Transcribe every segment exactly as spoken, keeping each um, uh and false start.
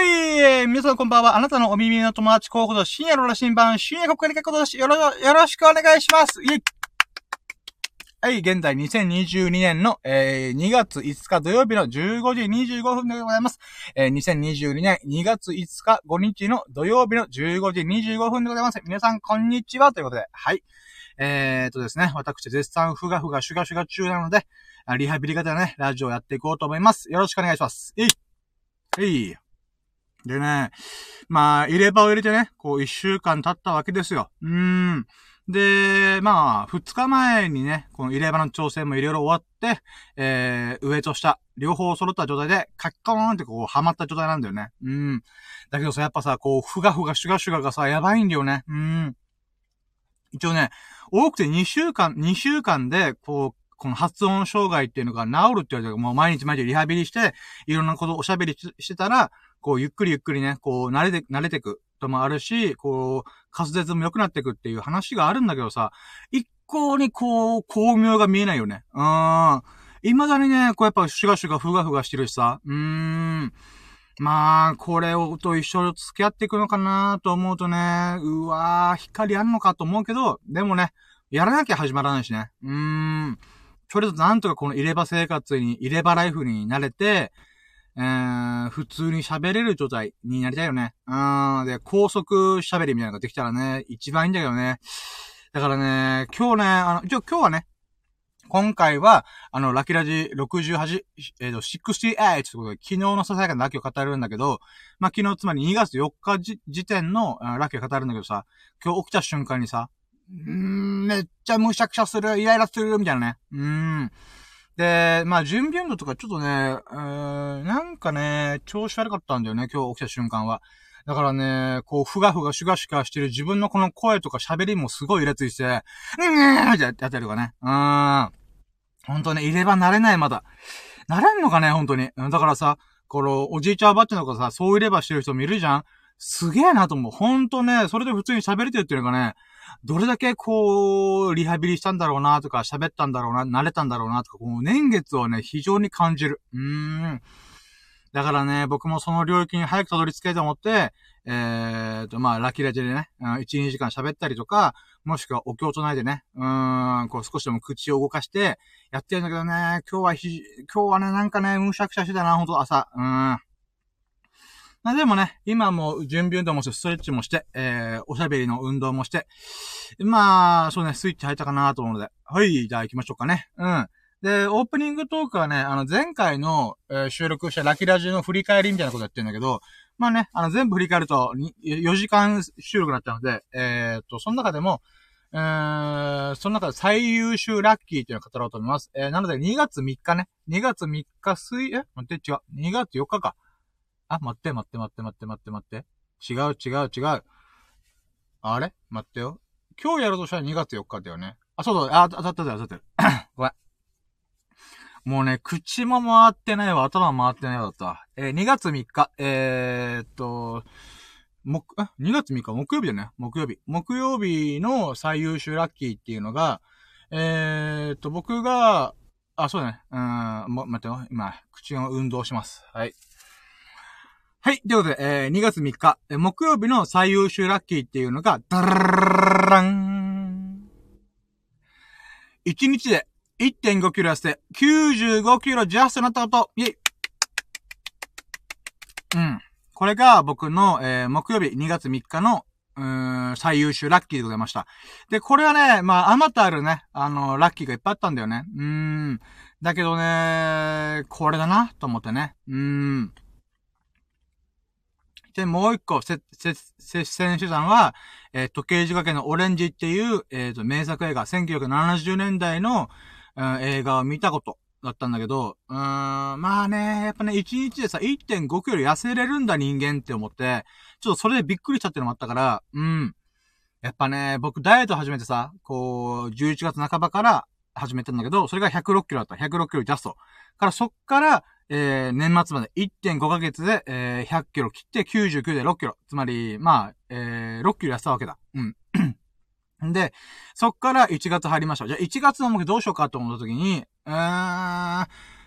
はい、えー、皆さんこんばんは。あなたのお耳の友達候補の深夜の羅針盤、深夜国会ことし、よろ、よろしくお願いします。イェイ。はい、現在にせんにじゅうにねんの、えー、にがついつか土曜日のじゅうごじにじゅうごふんでございます。えー、にせんにじゅうにねんにがついつかごにちの土曜日のじゅうごじにじゅうごふんでございます。皆さんこんにちはということで、はい。えーとですね、私絶賛ふがふがシュガシュガ中なので、リハビリ型でね、ラジオやっていこうと思います。よろしくお願いします。えい。えい。でね、まあ、入れ歯を入れてね、こう一週間経ったわけですよ。うーん。で、まあ、二日前にね、この入れ歯の調整もいろいろ終わって、えー、上と下、両方揃った状態で、カッコーンってこう、はまった状態なんだよね。うん。だけどさ、やっぱさ、こう、ふがふがシュガシュガがさ、やばいんだよね。うん。一応ね、多くてにしゅうかん、にしゅうかんで、こう、この発音障害っていうのが治るって言われて、もう毎日毎日リハビリして、いろんなことをおしゃべりしてたら、こう、ゆっくりゆっくりね、こう、慣れて、慣れてくともあるし、こう、滑舌も良くなってくっていう話があるんだけどさ、一向にこう、巧妙が見えないよね。うーん。未だにね、こうやっぱシュガシュガふがふがしてるしさ、うーん。まあ、これをと一緒に付き合っていくのかなと思うとね、うわー、光あんのかと思うけど、でもね、やらなきゃ始まらないしね。うーん。とりあえずなんとかこの入れ歯生活に、入れ歯ライフに慣れて、えー、普通に喋れる状態になりたいよね。うーん。で、高速喋りみたいなのができたらね、一番いいんだけどね。だからね、今日ね、あの、一応今日はね、今回は、あの、ラキラジろくじゅうはち、えっ、ー、と、ろくじゅうはちということで、昨日のささやかなラッキーを語るんだけど、まあ、昨日つまりにがつよっかじ時点のラッキーを語るんだけどさ、今日起きた瞬間にさ、うーん、めっちゃむしゃくしゃする、イライラする、みたいなね。うーん。で、まあ、準備運動とかちょっとね、えー、なんかね、調子悪かったんだよね、今日起きた瞬間は。だからね、こう、ふがふがシュガシュガしてる自分のこの声とか喋りもすごいイラついて、うーんってやったりとかね。うーん。ほんとね、入れ歯慣れないまだ。慣れんのかね、ほんとに。だからさ、この、おじいちゃんおばあちゃんとかさ、そう入れ歯してる人もいるじゃん。すげえなと思う。ほんとね、それで普通に喋れてるっていうのがね、どれだけこう、リハビリしたんだろうなとか、喋ったんだろうな、慣れたんだろうなとか、こう、年月をね、非常に感じる。うーん。だからね、僕もその領域に早くたどり着けると思って、えーと、まあ、ラッキーラジでね、いち、にじかん喋ったりとか、もしくはお経唱えでね、うーん、こう少しでも口を動かして、やってるんだけどね、今日はひ、今日はね、なんかね、むしゃくしゃしてたな、ほんと朝。うーん。まあでもね、今も準備運動もして、ストレッチもして、えー、おしゃべりの運動もして、まあ、そうね、スイッチ入ったかなと思うので、はい、じゃあ行きましょうかね。うん。で、オープニングトークはね、あの、前回の、えー、収録したラキラジの振り返りみたいなことやってるんだけど、まあね、あの、全部振り返ると、よじかん収録になっちゃうので、えーっと、その中でも、えー、その中で最優秀ラッキーっていうのを語ろうと思います。えー、なのでにがつみっかね。にがつみっか水、え待って、違う。にがつよっかか。あ、待って、待って、待って、待って、待って、待って。違う、違う、違う。あれ待ってよ。今日やるとしたらにがつよっかだよね。あ、そうそう、あ、当たった、当たった、当たった。ごめん。もうね、口も回ってないわ、頭も回ってないわだった。えー、にがつみっか、えーっと、木、あ、にがつみっか、木曜日だね。木曜日。木曜日の最優秀ラッキーっていうのが、えーっと、僕が、あ、そうだね。うーん、も、待ってよ。今、口の運動します。はい。はい。ということで、えー、にがつみっか、えー、木曜日の最優秀ラッキーっていうのが、ダラン。いちにちで いってんごキロ痩せて、きゅうじゅうごキロジャストになったこと。イェイ。うん。これが僕の、えー、木曜日にがつみっかの、うーん、最優秀ラッキーでございました。で、これはね、まあ、あまたあるね、あの、ラッキーがいっぱいあったんだよね。うーん。だけどね、これだな、と思ってね。うーん。で、もう一個、せ、せ、せ、選手団は、えー、時計仕掛けのオレンジっていう、えっと、名作映画、せんきゅうひゃくななじゅうねんだいの、うん、映画を見たことだったんだけど、うーん、まあね、やっぱね、いちにちでさ、いってんごキロ痩せれるんだ人間って思って、ちょっとそれでびっくりしたっていうのもあったから、うん。やっぱね、僕ダイエット始めてさ、こう、じゅういちがつなかばから始めたんだけど、それがひゃくろっキロだった。ひゃくろっキロジャスト。からそっから、えー、年末まで いってんご ヶ月で、えー、ひゃっキロ切ってきゅうじゅうきゅうでろっキロ。つまり、まあ、えー、ろっキロ痩せたわけだ。うん。で、そっからいちがつ入りました。じゃあいちがつの目標どうしようかと思った時に、うーん、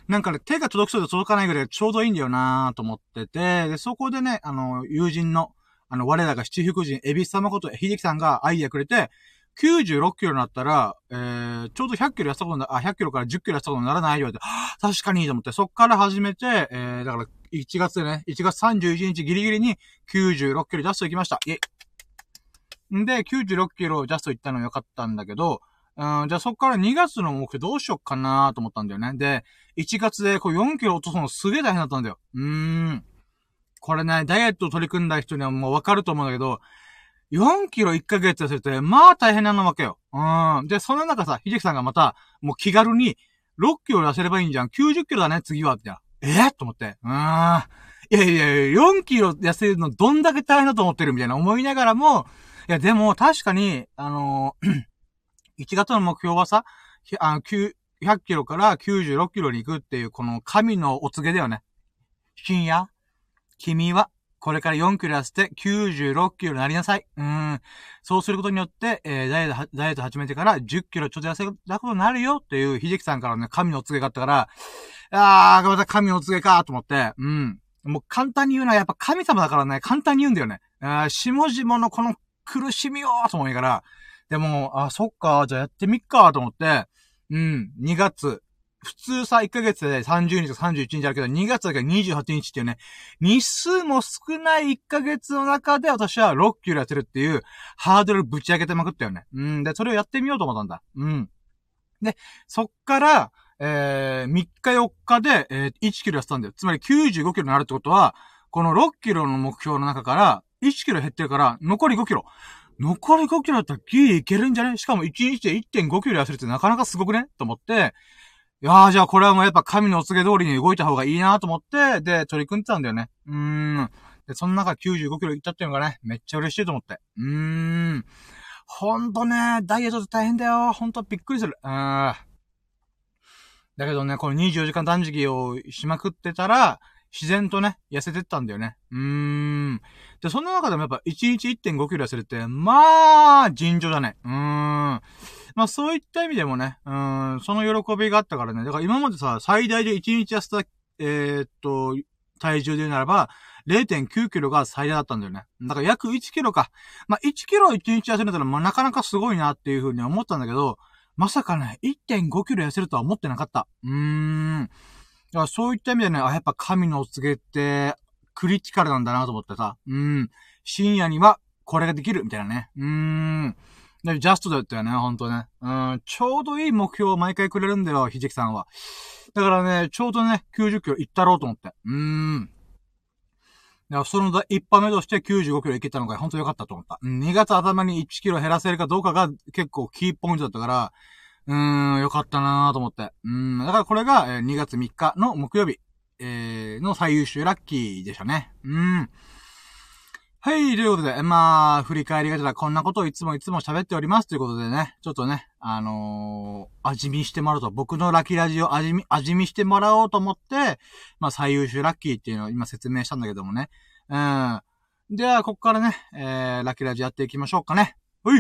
なんかね、手が届くそうで届かないぐらいちょうどいいんだよなーと思ってて、で、そこでね、あの、友人の、あの、我らが七福神、エビス様こと、秀樹さんがアイディアくれて、きゅうじゅうろっキロになったら、えー、ちょうどひゃっキロ痩せたことにな、あ、ひゃっキロからじゅっキロ痩せたことにならないよって、はぁ、確かにと思って、そっから始めて、えー、だから、いちがつでね、いちがつさんじゅういちにちギリギリにきゅうじゅうろっキロジャスト行きました。イェイ。んで、きゅうじゅうろっキロジャスト行ったのよかったんだけど、うん、じゃあそっからにがつの目標どうしよっかなと思ったんだよね。で、いちがつでこうよんキロ落とすのすげえ大変だったんだよ。うーん。これね、ダイエットを取り組んだ人にはもうわかると思うんだけど、よんキロいっかげつ痩せて、まあ大変なわけよ。うん。で、その中さ、秀樹さんがまた、もう気軽に、ろっキロ痩せればいいんじゃん。きゅうじゅっキロだね、次は。ってえー、と思って。うーん。いやいやいや、よんキロ痩せるのどんだけ大変だと思ってるみたいな思いながらも、いや、でも確かに、あのー、いちがつの目標はさ、あの、ひゃっキロからきゅうじゅうろっキロに行くっていう、この神のお告げだよね。深夜、君は、これからよんキロ痩せてきゅうじゅうろっキロになりなさい。うーん。そうすることによって、えー、ダイエット、ダイエット始めてからじゅっキロちょっと痩せたことになるよっていう秀樹さんからね、神のお告げがあったから、あー、また神のお告げかと思って、うん。もう簡単に言うのはやっぱ神様だからね、簡単に言うんだよね。あー、下々のこの苦しみをと思いながら、でも、あ、そっか、じゃあやってみっかと思って、うん、にがつ、普通さ、いっかげつでさんじゅうにちとさんじゅういちにちあるけど、にがつだけにじゅうはちにちっていうね、日数も少ないいっかげつの中で私はろっキロやってるっていうハードルぶち上げてまくったよね。うん。で、それをやってみようと思ったんだ。うん。で、そっから、えー、みっかよっかで、えー、いちキロやってたんだよ。つまりきゅうじゅうごキロになるってことは、このろっキロの目標の中からいちキロ減ってるから、残りごキロ。残りごキロだったらギリいけるんじゃね？しかもいちにちで いってんごキロ痩せるってなかなかすごくねと思って、いやーじゃあこれはもうやっぱ神のお告げ通りに動いた方がいいなと思って、で、取り組んでたんだよね。うーん。で、その中きゅうじゅうごキロいったっていうのがね、めっちゃ嬉しいと思って。うーん。ほんとね、ダイエットって大変だよ。ほんとびっくりする。うーん。だけどね、このにじゅうよじかん断食をしまくってたら、自然とね、痩せてったんだよね。うーん。で、そんな中でもやっぱいちにち いってんごキロ痩せるって、まあ、尋常だね。うーん。まあそういった意味でもね、うーん、その喜びがあったからね。だから今までさ、最大でいちにち痩せた、えー、っと、体重で言うならば、れいてんきゅうキロが最大だったんだよね。だから約いちキロか。まあいちキロいちにち痩せるたら、まあなかなかすごいなっていう風に思ったんだけど、まさかね、いってんごキロ痩せるとは思ってなかった。うーん。だからそういった意味でね、あ、やっぱ神のお告げって、クリティカルなんだなと思ってさ。うん。深夜には、これができる、みたいなね。うーん。で、ジャストだったよね、ほんとね。うん。ちょうどいい目標を毎回くれるんだよ、ひじきさんは。だからね、ちょうどね、きゅうじゅっキロいったろうと思って。うーん。だからその一歩目としてきゅうじゅうごキロいけたのがほんと良かったと思った。にがつ頭にいちキロ減らせるかどうかが結構キーポイントだったから、うーん、よかったなーと思って。うーん、だからこれがにがつみっかの木曜日、えー、の最優秀ラッキーでしたね。うーん。はい、ということで、まあ、振り返りがてらこんなことをいつもいつも喋っておりますということでね、ちょっとね、あのー、味見してもらおうと、僕のラッキーラジオ味見、味見してもらおうと思って、まあ、最優秀ラッキーっていうのを今説明したんだけどもね。うん。では、ここからね、えー、ラッキーラジオやっていきましょうかね。はい。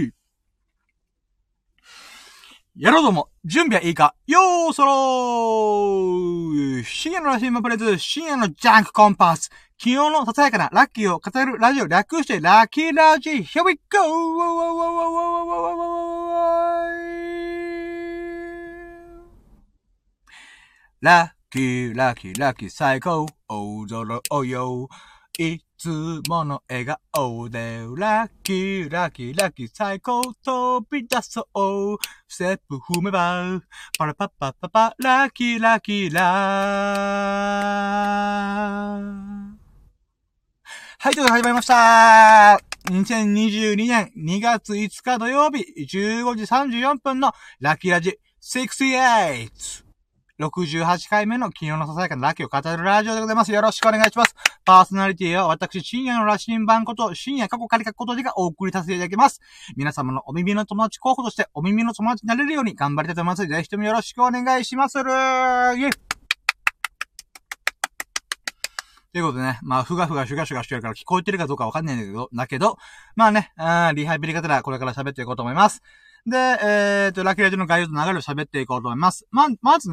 やろうども、準備はいいかよーそろー深夜のラシンマプレズ、深夜のジャンクコンパス。昨日のささやかなラッキーを語るラジオ略してラッキーラジ Here we go! ラッキーラッキーラッキー最高踊ろうよいつもの笑顔でラッキーラッキーラッキー最高飛び出そうステップ踏めばパラパッパッパパラッキーラッキーラーはい、ということで始まりましたにせんにじゅうにねんにがついつか土曜日じゅうごじさんじゅうよんぷんのラッキーラジろくじゅうはちろくじゅうはちかいめの昨日のささやかなラッキーを語るラジオでございます。よろしくお願いします。パーソナリティは私、深夜の羅針盤こと、深夜過去仮過去ことでがお送りさせていただきます。皆様のお耳の友達候補として、お耳の友達になれるように頑張りたいと思います。ぜひともよろしくお願いしまするーイェイということでね、まあ、ふがふがシュガシュガしてるから聞こえてるかどうかわかんないんだけど、だけど、まあね、あリハビリがてらこれから喋っていこうと思います。で、えーと、ラッキーラジオの概要と流れを喋っていこうと思います。ま、まずね、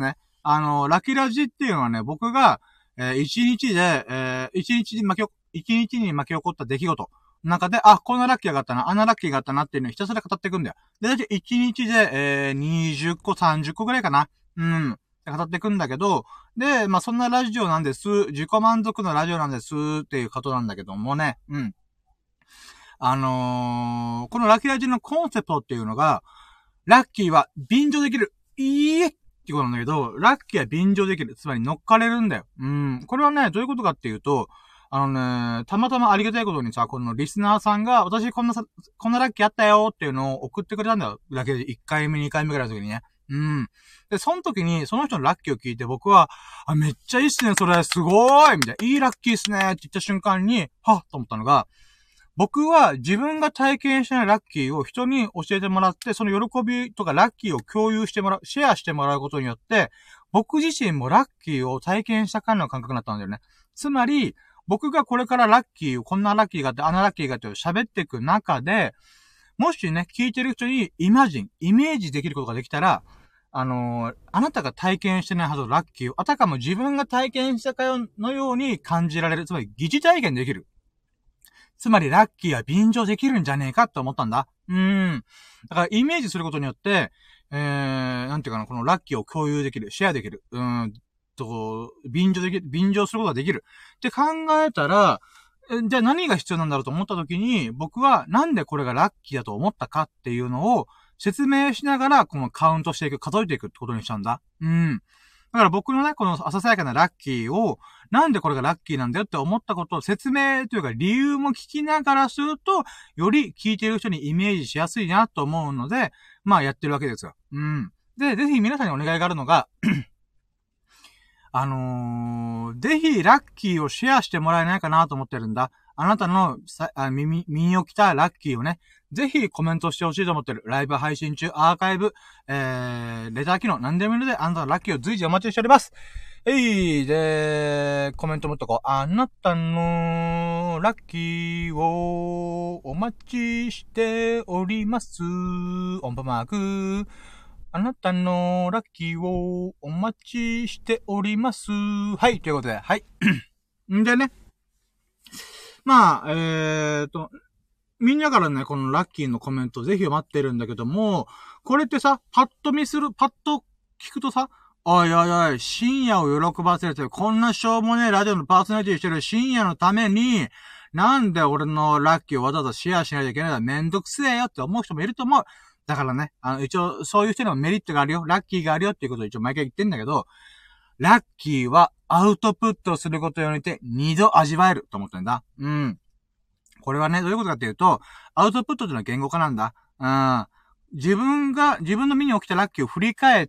あの、ラッキーラジっていうのはね、僕が、えー、一日で、えー、一日に巻き、一日に巻き起こった出来事の中で、あ、こんなラッキーがあったな、あんなラッキーがあったなっていうのをひたすら語っていくんだよ。で、だいたい一日で、えー、にじゅっこ、さんじゅっこぐらいかな。うん。語っていくんだけど、で、まあ、そんなラジオなんです。自己満足のラジオなんですっていうことなんだけどもね。うん。あのー、このラッキーラジオのコンセプトっていうのが、ラッキーは便乗できる。いいえってことなんだけど、ラッキーは便乗できる。つまり乗っかれるんだよ。うん。これはね、どういうことかっていうと、あのね、たまたまありがたいことにさ、このリスナーさんが、私こんなさ、こんなラッキーあったよっていうのを送ってくれたんだよ。ラッキーラジオいっかいめ、にかいめぐらいの時にね。うん。で、その時に、その人のラッキーを聞いて僕は、あ、めっちゃいいっすね、それ、すごーいみたいな、いいラッキーっすねって言った瞬間に、はっと思ったのが、僕は自分が体験してないラッキーを人に教えてもらって、その喜びとかラッキーを共有してもらう、シェアしてもらうことによって、僕自身もラッキーを体験したかの感覚になったんだよね。つまり、僕がこれからラッキーを、こんなラッキーがあって、あんなラッキーがあって喋っていく中で、もしね、聞いてる人にイマジン、イメージできることができたら、あのー、あなたが体験してないはずのラッキーを、あたかも自分が体験したかのように感じられる。つまり、疑似体験できる。つまり、ラッキーは便乗できるんじゃねえかって思ったんだ。うーん。だから、イメージすることによって、えー、なんていうかな、このラッキーを共有できる、シェアできる。うーんと、便乗できる、便乗することができる。って考えたら、じゃあ何が必要なんだろうと思った時に、僕はなんでこれがラッキーだと思ったかっていうのを説明しながら、このカウントしていく、数えていくってことにしたんだ。うん。だから僕のね、このささやかなラッキーを、なんでこれがラッキーなんだよって思ったことを説明というか理由も聞きながらすると、より聞いてる人にイメージしやすいなと思うので、まあやってるわけですよ。うん。で、ぜひ皆さんにお願いがあるのが、あのー、ぜひラッキーをシェアしてもらえないかなと思ってるんだ。あなたのさあ耳、身に起きたラッキーをね、ぜひコメントしてほしいと思ってる。ライブ配信中、アーカイブ、えー、レター機能、何でもいいので、あなたのラッキーを随時お待ちしております。えい、で、コメントもっとこう、あなたのラッキーをお待ちしております。音符マーク。あなたのラッキーをお待ちしております。はい、ということで、はい。んでね。まあ、えーと、みんなからね、このラッキーのコメントぜひ待ってるんだけども、これってさ、パッと見する、パッと聞くとさ、おいおいおい、深夜を喜ばせるという、こんなしょうもねえラジオのパーソナリティしてる深夜のために、なんで俺のラッキーをわざわざシェアしないといけないんだ、めんどくせえよって思う人もいると思う。だからね、あの、一応、そういう人にもメリットがあるよ、ラッキーがあるよっていうことを一応毎回言ってんだけど、ラッキーはアウトプットすることによって二度味わえると思ってんだ。うん。これはね、どういうことかっていうと、アウトプットというのは言語化なんだ。うん。自分が、自分の身に起きたラッキーを振り返って、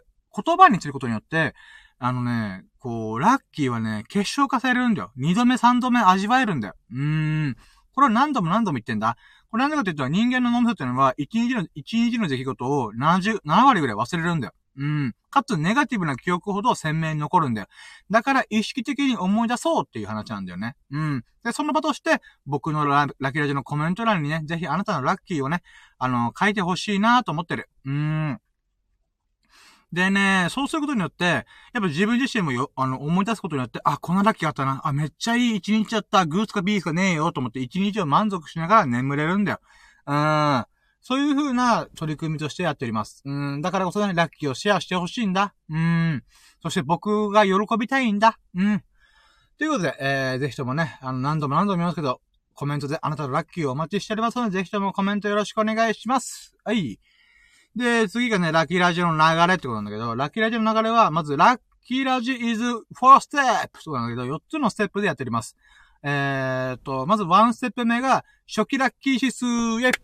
言葉にすることによって、あのね、こう、ラッキーはね、結晶化されるんだよ。二度目、三度目味わえるんだよ。うーん。これは何度も何度も言ってんだ。これなんでかっていうと、人間の脳みそっていうのは、一日の、一日の出来事をななじゅう、なな割ぐらい忘れるんだよ。うん。かつ、ネガティブな記憶ほど鮮明に残るんだよ。だから、意識的に思い出そうっていう話なんだよね。うん。で、その場として、僕のラ、ラッキーラジオのコメント欄にね、ぜひあなたのラッキーをね、あの、書いてほしいなと思ってる。うーん。でね、そうすることによって、やっぱ自分自身もよ、あの、思い出すことによって、あ、こんなラッキーがあったな。あ、めっちゃいい一日だった。グースかビースかねえよと思って一日を満足しながら眠れるんだよ。うーん。そういう風な取り組みとしてやっております。うん。だからこそね、ラッキーをシェアしてほしいんだ。うん。そして僕が喜びたいんだ。うん。ということで、えー、ぜひともね、あの、何度も何度も言いますけど、コメントであなたのラッキーをお待ちしておりますので、ぜひともコメントよろしくお願いします。はい。で、次がね、ラッキーラジオの流れってことなんだけど、ラッキーラジオの流れは、まず、ラッキーラジ is four step そうなんだけど、よっつのステップでやっております。えーっと、まずワンステップ目が、初期ラッキー指数、イェイ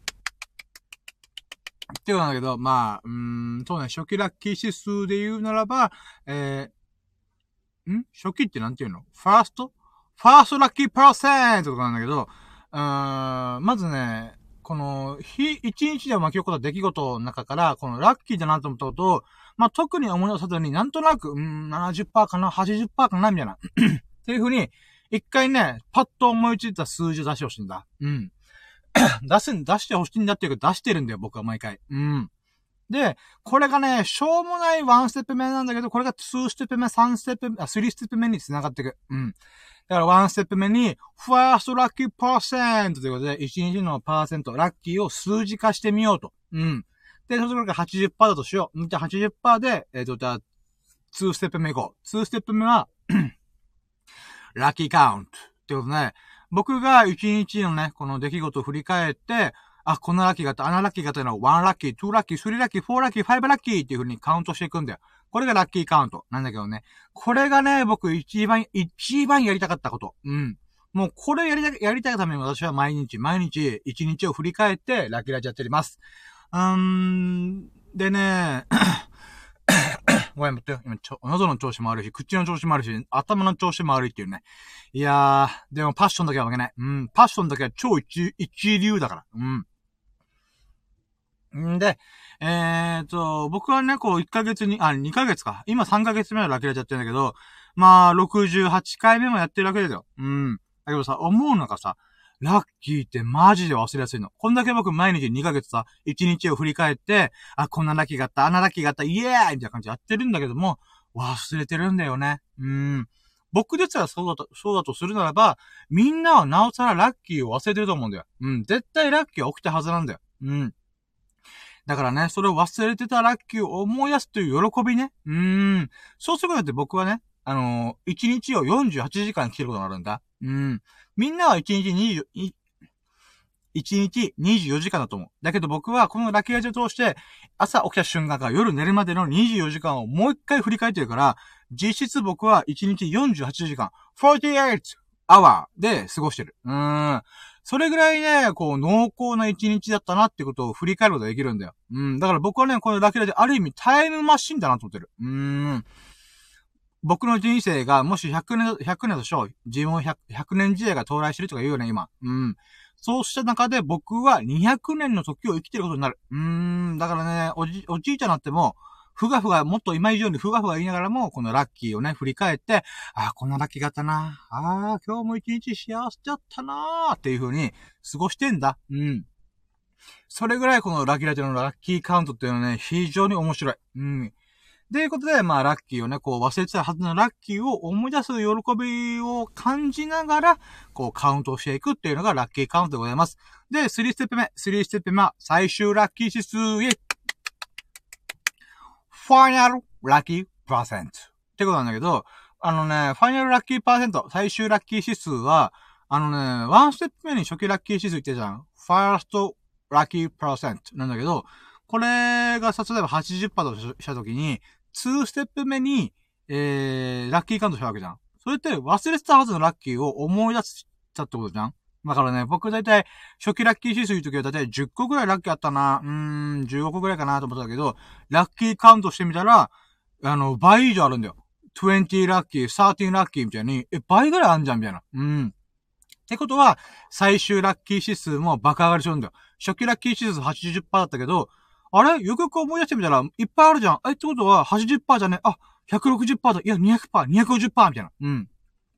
ってことなんだけど、まあ、うーん、そうね、初期ラッキー指数で言うならば、えー、ん初期ってなんて言うのファーストファーストラッキーパーセントってことなんだけど、うーん、まずね、この、日、一日で巻き起こった出来事の中から、このラッキーだなと思ったことを、まあ、特に思い出さずに、なんとなく、うん、ななじゅっパーセントかな ?はちじゅっパーセント かなみたいな。っていう風に、一回ね、パッと思いついた数字を出してほしいんだ。うん。出す、出してほしいんだっていうか出してるんだよ、僕は毎回。うん。 で、これがね、しょうもないワンステップ目なんだけど、これがツーステップ目、さんステップ目、あ、スリーステップ目に繋がっていく。うん。だからワンステップ目に、ファーストラッキーパーセントということで、いちにちのパーセント、ラッキーを数字化してみようと。うん。で、それから はちじゅっパーセント だとしよう。じゃあ はちじゅっパーセント で、えっと、じゃあ、ツーステップ目いこう。ツーステップ目は、ラッキーカウント。ってことで、僕がいちにちのね、この出来事を振り返って、あ、このラッキーがあった、あのラッキーがあったのは、ワンラッキー、ツーラッキー、スリーラッキー、フォーラッキー、ファイブラッキーっていう風にカウントしていくんだよ。これがラッキーカウントなんだけどね。これがね、僕一番、一番やりたかったこと。うん。もうこれやりたい、やりたいために私は毎日、毎日、一日を振り返って、ラッキーラジやっております。うーん、でね、ごめん、待って、今、ちょ、喉の調子も悪いし、口の調子も悪いし、頭の調子も悪いっていうね。いやー、でもパッションだけは負けない。うん、パッションだけは超一、一流だから。うん。んで、えーと、僕はね、こう、いっかげつに、あ、にかげつか。今さんかげつめのラッキーラジやってるんだけど、まあ、ろくじゅうはちかいめもやってるわけですよ。うん。だけどさ、思うのがさ、ラッキーってマジで忘れやすいの。こんだけ僕毎日にかげつさ、いちにちを振り返って、あ、こんなラッキーがあった、あんなラッキーがあった、イエーイみたいな感じでやってるんだけども、忘れてるんだよね。うん。僕ですらそうだと、そうだとするならば、みんなはなおさらラッキーを忘れてると思うんだよ。うん。絶対ラッキーは起きたはずなんだよ。うん。だからね、それを忘れてたラッキーを思い出すという喜びね。うーん。そうすることによって僕はね、あのー、いちにちをよんじゅうはちじかん来てることになるんだ。うん。みんなはいちにちにじゅう、いちにちにじゅうよじかんだと思う。だけど僕はこのラッキーラジオを通して、朝起きた瞬間から夜寝るまでのにじゅうよじかんをもう一回振り返ってるから、実質僕はいちにちよんじゅうはちじかん、よんじゅうはちアワーで過ごしてる。うーん。それぐらいね、こう、濃厚な一日だったなってことを振り返ることができるんだよ。うん。だから僕はね、このラッキーラジオある意味タイムマシンだなと思ってる。うーん。僕の人生がもしひゃくねん、ひゃくねんとしよう。自分 100, ひゃくねん時代が到来してるとか言うよね、今。うん。そうした中で僕はにひゃくねんの時を生きてることになる。うーん。だからね、おじ、おじいちゃんになっても、ふがふが、もっと今以上にふがふが言いながらも、このラッキーをね、振り返って、ああ、こんなラッキーがあったな。ああ、今日も一日幸せだったなーっていう風に過ごしてんだ。うん。それぐらいこのラッキーラジオのラッキーカウントっていうのはね、非常に面白い。うん。ということで、まあ、ラッキーをね、こう忘れてたはずのラッキーを思い出す喜びを感じながら、こうカウントをしていくっていうのがラッキーカウントでございます。で、さんステップ目。さんステップ目は、最終ラッキー指数、イェイファイナルラッキーパーセント。ってことなんだけど、あのね、ファイナルラッキーパーセント、最終ラッキー指数は、あのね、ワンステップ目に初期ラッキー指数言ってたじゃん。ファーストラッキーパーセントなんだけど、これがさ、例えば はちじゅっパーセント としたときに、にステップ目に、えー、ラッキーカウントしたわけじゃん。それって忘れてたはずのラッキーを思い出したってことじゃん。だからね、僕だいたい初期ラッキー指数言うときはだいたいじゅっこぐらいラッキーあったな。うーん、じゅうごこぐらいかなと思ったけど、ラッキーカウントしてみたら、あの、倍以上あるんだよ。にじゅうラッキー、じゅうさんラッキーみたいに、え、倍ぐらいあんじゃんみたいな。うん。ってことは、最終ラッキー指数も爆上がりするんだよ。初期ラッキー指数 はちじゅっパーセント だったけど、あれよくよく思い出してみたら、いっぱいあるじゃん。え、ってことは、はちじゅっパーセント じゃねあ、ひゃくろくじゅっパーセント だ。いや、にひゃくパーセント、にひゃくごじゅっパーセント みたいな。うん。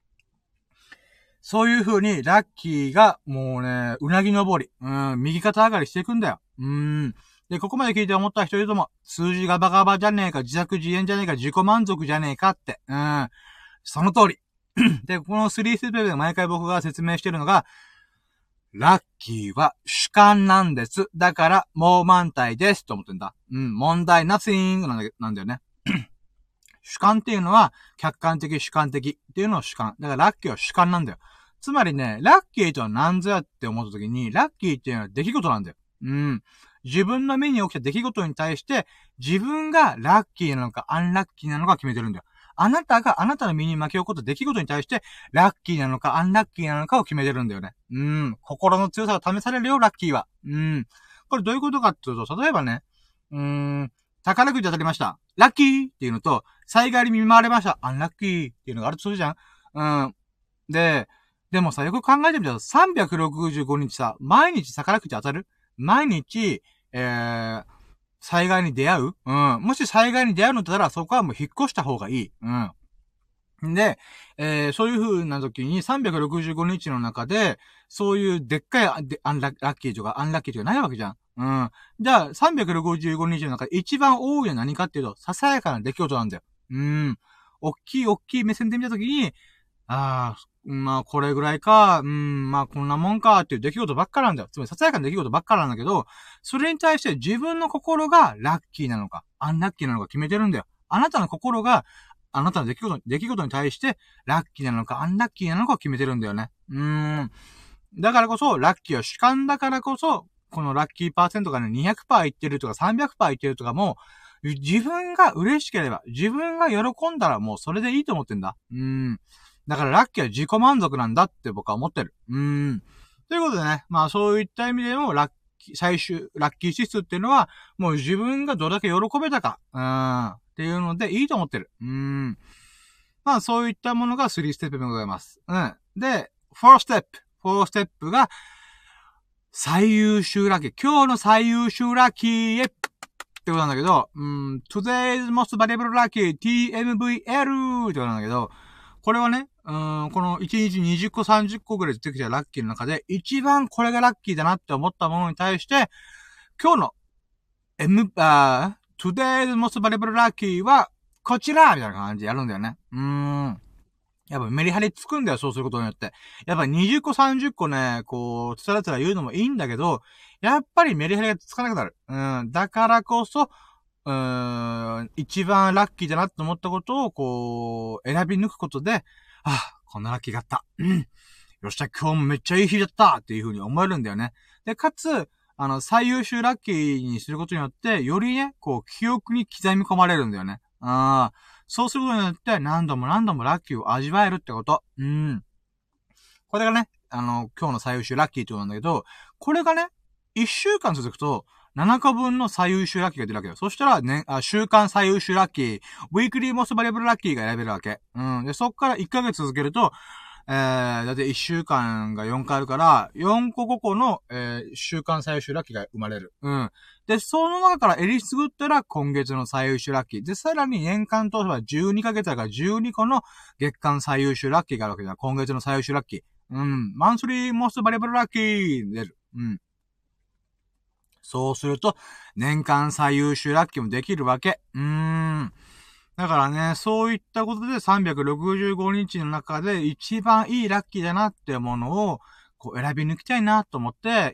そういう風に、ラッキーが、もうね、うなぎ登り。うん、右肩上がりしていくんだよ。うん。で、ここまで聞いて思った人いるとも、数字がバカバカじゃねえか、自作自演じゃねえか、自己満足じゃねえかって。うん。その通り。で、このさんステップで毎回僕が説明してるのが、ラッキーは主観なんです。だから、もう満体です。と思ってんだ。うん、問題 nothing なんだ、なんだよね。主観っていうのは、客観的、主観的っていうのを主観。だからラッキーは主観なんだよ。つまりね、ラッキーとは何ぞやって思った時に、ラッキーっていうのは出来事なんだよ。うん。自分の目に起きた出来事に対して、自分がラッキーなのかアンラッキーなのか決めてるんだよ。あなたがあなたの身に巻き起こった出来事に対して、ラッキーなのかアンラッキーなのかを決めてるんだよね。うん。心の強さが試されるよ、ラッキーは。うん。これどういうことかっていうと、例えばね、うーん、宝くじ当たりました。ラッキーっていうのと、災害に見舞われました。アンラッキーっていうのがあるとするじゃん。うん。で、でもさ、よく考えてみたらさんびゃくろくじゅうごにちさ、毎日宝くじ当たる毎日、えー、災害に出会ううん。もし災害に出会うのだったら、そこはもう引っ越した方がいい。うん。で、えー、そういう風な時にさんびゃくろくじゅうごにちの中で、そういうでっかいアンラッキーとかアンラッキーとかないわけじゃん。 うん。じゃあ、さんびゃくろくじゅうごにちの中で一番多いのは何かっていうと、ささやかな出来事なんだよ。うん。おっきいおっきい目線で見たときに、ああ、まあこれぐらいか、うん、まあこんなもんかっていう出来事ばっかなんだよ。つまりささやかな出来事ばっかなんだけど、それに対して自分の心がラッキーなのか、アンラッキーなのか決めてるんだよ。あなたの心が、あなたの出来事、出来事に対して、ラッキーなのか、アンラッキーなのかを決めてるんだよね。うーん。だからこそ、ラッキーは主観だからこそ、このラッキーパーセントがね、にひゃくパーセントいってるとかさんびゃくパーセントいってるとかも、自分が嬉しければ、自分が喜んだらもうそれでいいと思ってんだ。うーん。だからラッキーは自己満足なんだって僕は思ってる。うーん。ということでね、まあそういった意味でも、ラッキー、最終、ラッキー指数っていうのは、もう自分がどれだけ喜べたか、うーん。っていうのでいいと思ってる。うーん。まあそういったものがさんステップでございます。うん。で、よんステップ。よんステップが、最優秀ラッキー。今日の最優秀ラッキーへってことなんだけど、うん、today's most valuable lucky ティーエムブイエル ってことなんだけど、これはね、うん、このいちにちにじゅっこさんじゅっこぐらい出てきたラッキーの中で、一番これがラッキーだなって思ったものに対して、今日の M、あ today's most valuable lucky は、こちらみたいな感じでやるんだよね。うーん。やっぱメリハリつくんだよ、そうすることによって。やっぱにじゅっこさんじゅっこね、こう、つらつら言うのもいいんだけど、やっぱりメリハリがつかなくなる。うん。だからこそ、うーん、一番ラッキーだなと思ったことを、こう、選び抜くことで、あ、こんなラッキーがあった。うん。よっしゃ、今日もめっちゃいい日だったっていう風に思えるんだよね。で、かつ、あの、最優秀ラッキーにすることによって、よりね、こう、記憶に刻み込まれるんだよね。ああ。そうすることによって、何度も何度もラッキーを味わえるってこと。うん。これがね、あの、今日の最優秀ラッキーってことなんだけど、これがね、いっしゅうかん続くと、ななこぶんの最優秀ラッキーが出るわけよ。そしたら、ね、あ週間最優秀ラッキー、ウィークリーモスバリアブルラッキーが選べるわけ。うん。で、そっからいっかげつ続けると、えー、だっていっしゅうかんがよんかいあるから、よんこごこの、えー、週間最優秀ラッキーが生まれる。うん。で、その中から選りすぐったら今月の最優秀ラッキー。で、さらに年間通せばじゅうにかげつだからじゅうにこの月間最優秀ラッキーがあるわけだ。今月の最優秀ラッキー。うん。マンスリーモストバリアブルラッキー出る。うん。そうすると、年間最優秀ラッキーもできるわけ。うーん。だからね、そういったことでさんびゃくろくじゅうごにちの中で一番いいラッキーだなってものを、こう選び抜きたいなと思って、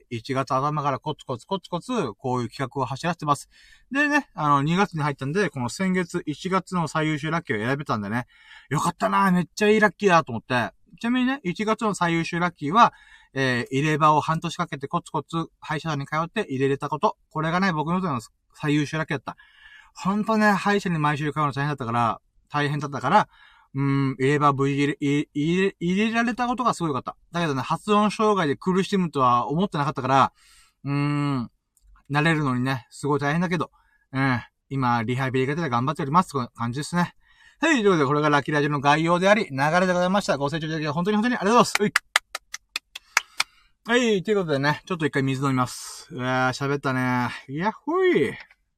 いちがつ頭からコツコツコツコツ、こういう企画を走らせてます。でね、あの、にがつに入ったんで、この先月いちがつの最優秀ラッキーを選べたんでね、よかったな、めっちゃいいラッキーだと思って。ちなみにね、いちがつの最優秀ラッキーは、えー、入れ歯を半年かけてコツコツ歯医者さんに通って入れれたこと。これがね、僕のの最優秀ラッキーだった。ほんとね、歯医者に毎週通うの大変だったから、大変だったから、うーん、入れ歯無事入れ、入れ、入れられたことがすごい良かった。だけどね、発音障害で苦しむとは思ってなかったから、うーん、慣れるのにね、すごい大変だけど、うん、今、リハビリが出て頑張っております。こんな感じですね。はい、ということで、これがラッキーラジオの概要であり、流れでございました。ご清聴いただき本当に本当にありがとうございます。はい。はい、ということでね、ちょっと一回水飲みます。うわー、喋ったね。やっほい。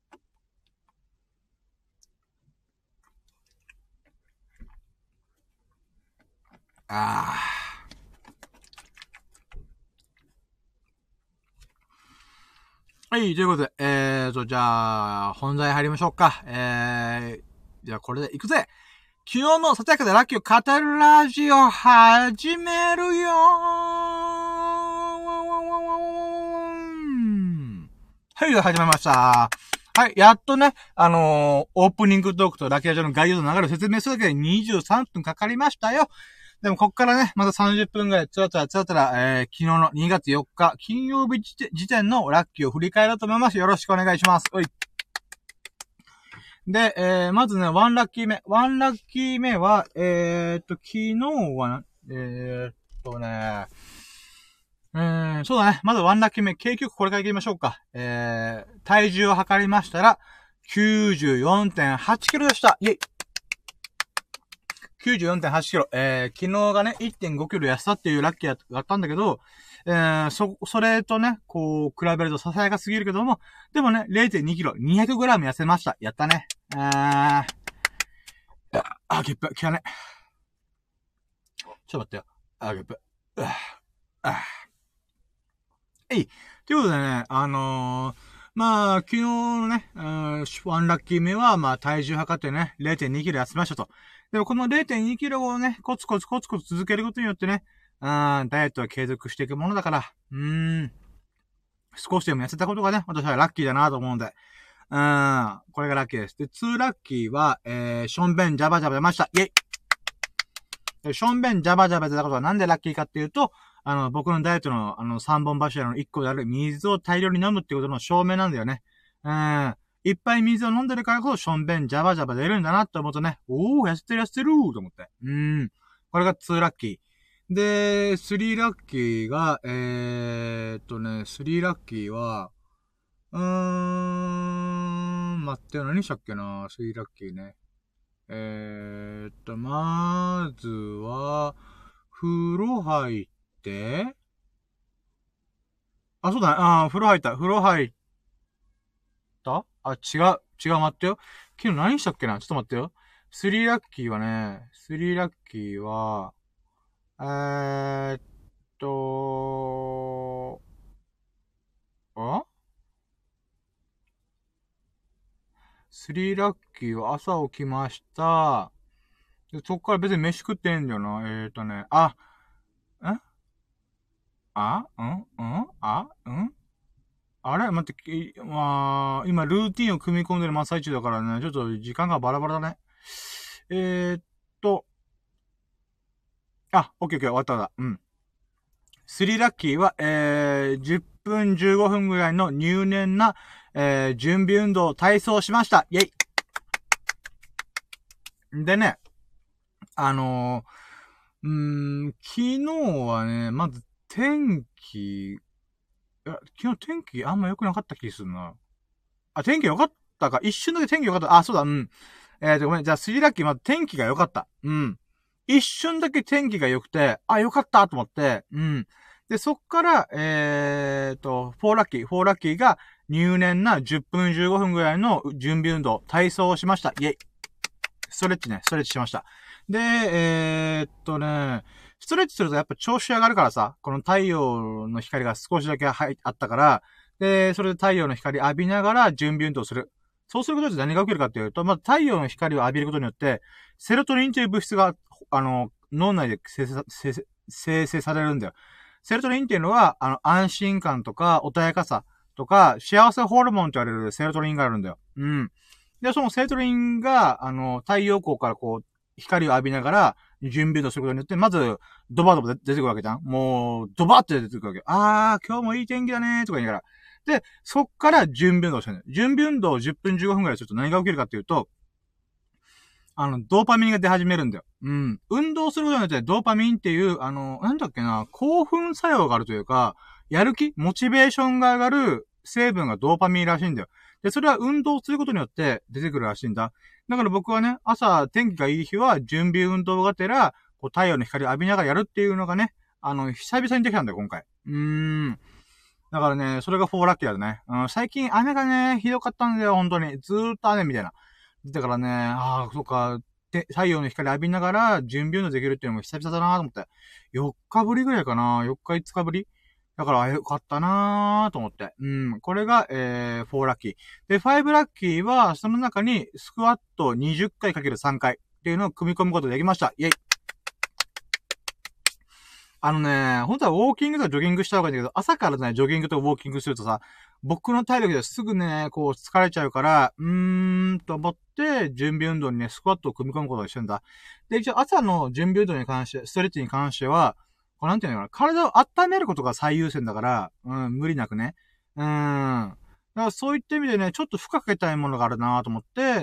あー。はい、ということで、えーと、じゃあ、本題入りましょうか。えー、じゃあこれで行くぜ。昨日のささやかでラッキーを語るラジオ始めるよー。はい、始めました。はい、やっとね、あのー、オープニングトークとラッキーラジオの概要の流れを説明するだけでにじゅうさんぷんかかりましたよ。でも、こっからね、またさんじゅっぷんぐらい、つらつらつらつら、えー、昨日のにがつよっか、金曜日時点のラッキーを振り返ろうと思います。よろしくお願いします。おい。で、えー、まずね、ワンラッキー目。ワンラッキー目は、えーっと、昨日は、えーっとね、うーん、そうだね。まずワンラッキー目。結局これから行きましょうか。えー、体重を測りましたら、きゅうじゅうよんてんはちキロでした。イェイ !きゅうじゅうよんてんはちキロ。えー、昨日がね、いってんごキロ痩せたっていうラッキーがあったんだけど、えー、そ、それとね、こう、比べるとささやかすぎるけども、でもね、れいてんにキロ、にひゃくグラム痩せました。やったね。あー、あ、ゲップ、効かね。ちょっと待ってよ。あ、ゲップ。あ、あ、 い。ということでね、あのー、まあ、昨日のね、うん、ワンラッキー目は、まあ、体重測ってね、れいてんにキロ痩せましたと。でも、この れいてんにキロをね、コツコツコツコツ続けることによってね、うん、ダイエットは継続していくものだから、うーん、少しでも痩せたことがね、私はラッキーだなと思うんで、うん、これがラッキーです。で、ツーラッキーは、えー、ションベンジャバジャバ出ました。イェイ。でションベンジャバジャバ出たことはなんでラッキーかっていうと、あの、僕のダイエットの、あの、三本柱の一個である水を大量に飲むってことの証明なんだよね。うん。いっぱい水を飲んでるからこそ、ションベンジャバジャバ出るんだなって思うとね、おー、痩せてる痩せてると思って。うん。これがツーラッキー。で、スリーラッキーが、えーっとね、スリーラッキーは、うーん、待ってよ、何したっけな、スリーラッキーね。えーっと、まずは、風呂入って、あ、そうだね。あー、風呂入った。風呂入ったあ、違う。違う、待ってよ。昨日何したっけなちょっと待ってよ。スリーラッキーはね、スリーラッキーは、えーっと、あスリーラッキーは朝起きました。で、そっから別に飯食ってんだよな。えーっとね、あ、んあんうんあんあれ待って、いまあ、今、ルーティンを組み込んでる真っ最中だからね、ちょっと時間がバラバラだね。えー、っと、あ、オッケーオッケー、終わったんだ。うん。スリーラッキーは、えー、じゅっぷんじゅうごふんぐらいの入念な、えー、準備運動、体操をしました。イェイ。でね、あのー、うーん、昨日はね、まず天気、いや、昨日天気あんま良くなかった気するな。あ、天気良かったか。一瞬だけ天気良かった。あ、そうだ、うん。えーと、ごめん。じゃあ、スリラッキー、まず天気が良かった。うん。一瞬だけ天気が良くて、あ、良かったと思って、うん。で、そっから、えーと、フォーラッキー、フォーラッキーが入念なじゅっぷんじゅうごふんぐらいの準備運動、体操をしました。イェイ。ストレッチね、ストレッチしました。で、えーっとね、ストレッチするとやっぱ調子上がるからさ、この太陽の光が少しだけ入あったから、で、それで太陽の光浴びながら準備運動する。そうすることで何が起きるかっていうと、まず太陽の光を浴びることによって、セロトニンという物質が、あの、脳内で生成生成生成されるんだよ。セロトニンっていうのは、あの、安心感とか、穏やかさとか、幸せホルモンと言われるセロトニンがあるんだよ。うん。で、そのセロトニンが、あの、太陽光からこう、光を浴びながら、準備運動することによって、まず、ドバドバ出てくるわけじゃん。もう、ドバって出てくるわけ。あー、今日もいい天気だねーとか言いながら。で、そっから準備運動してるの。準備運動をじゅっぷんじゅうごふんぐらいすると何が起きるかっていうと、あの、ドーパミンが出始めるんだよ。うん。運動することによってドーパミンっていう、あの、なんだっけな、興奮作用があるというか、やる気モチベーションが上がる成分がドーパミンらしいんだよ。で、それは運動することによって出てくるらしいんだ。だから僕はね、朝天気がいい日は準備運動がてら、こう太陽の光を浴びながらやるっていうのがね、あの、久々にできたんだよ、今回。うーん。だからね、それがフォーラッキーだね。うん、最近雨がね、ひどかったんだよ、本当に。ずーっと雨みたいな。だからね、ああ、そっか、で、太陽の光浴びながら準備運動できるっていうのも久々だなと思って。よっかぶりぐらいかな ?よっかいつかぶりだから、あ、よかったなーと思って。うん。これが、えー、フォーラッキー。で、ファイブラッキーは、その中に、スクワットにじゅっかいかけるさんかいっていうのを組み込むことができました。イェイ。あのね、本当はウォーキングとかジョギングした方がいいんだけど、朝からね、ジョギングとウォーキングするとさ、僕の体力ですぐね、こう疲れちゃうから、うーん、と思って、準備運動にね、スクワットを組み込むことにしてんだ。で、一応朝の準備運動に関して、ストレッチに関しては、これなんていうのかな、体を温めることが最優先だから、うん、無理なくね。うーん。だからそういった意味でね、ちょっと負荷かけたいものがあるなと思って、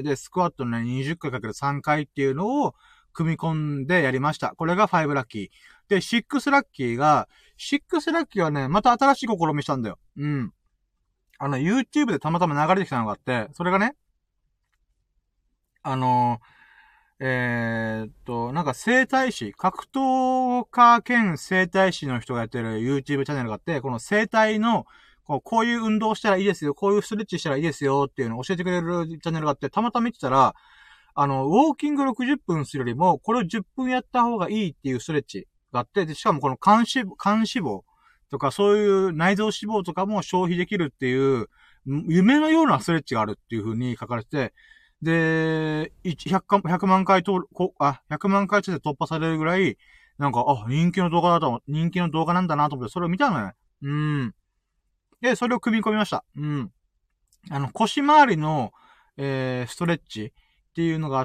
で、スクワットのね、にじゅっかいかけるさんかいっていうのを、組み込んでやりました。これがファイブラッキー。で、シックスラッキーが、シックスラッキーはね、また新しい試みしたんだよ。うん。あの、YouTube でたまたま流れてきたのがあって、それがね、あのー、えー、っと、なんか生体師、格闘家兼生体師の人がやってる YouTube チャンネルがあって、この生体の、こうこういう運動したらいいですよ、こういうストレッチしたらいいですよっていうのを教えてくれるチャンネルがあって、たまたま見てたら、あの、ウォーキングろくじゅっぷんするよりも、これをじゅっぷんやった方がいいっていうストレッチがあって、で、しかもこの肝脂肪、肝脂肪っとか、そういう内臓脂肪とかも消費できるっていう、夢のようなストレッチがあるっていう風に書かれてて、で、ひゃく、ひゃくまん回と、こあ、ひゃくまん回で突破されるぐらい、なんか、あ、人気の動画だと、人気の動画なんだなと思って、それを見たのよ。うん。で、それを組み込みました。うん。あの、腰回りの、えー、ストレッチっていうのがあって、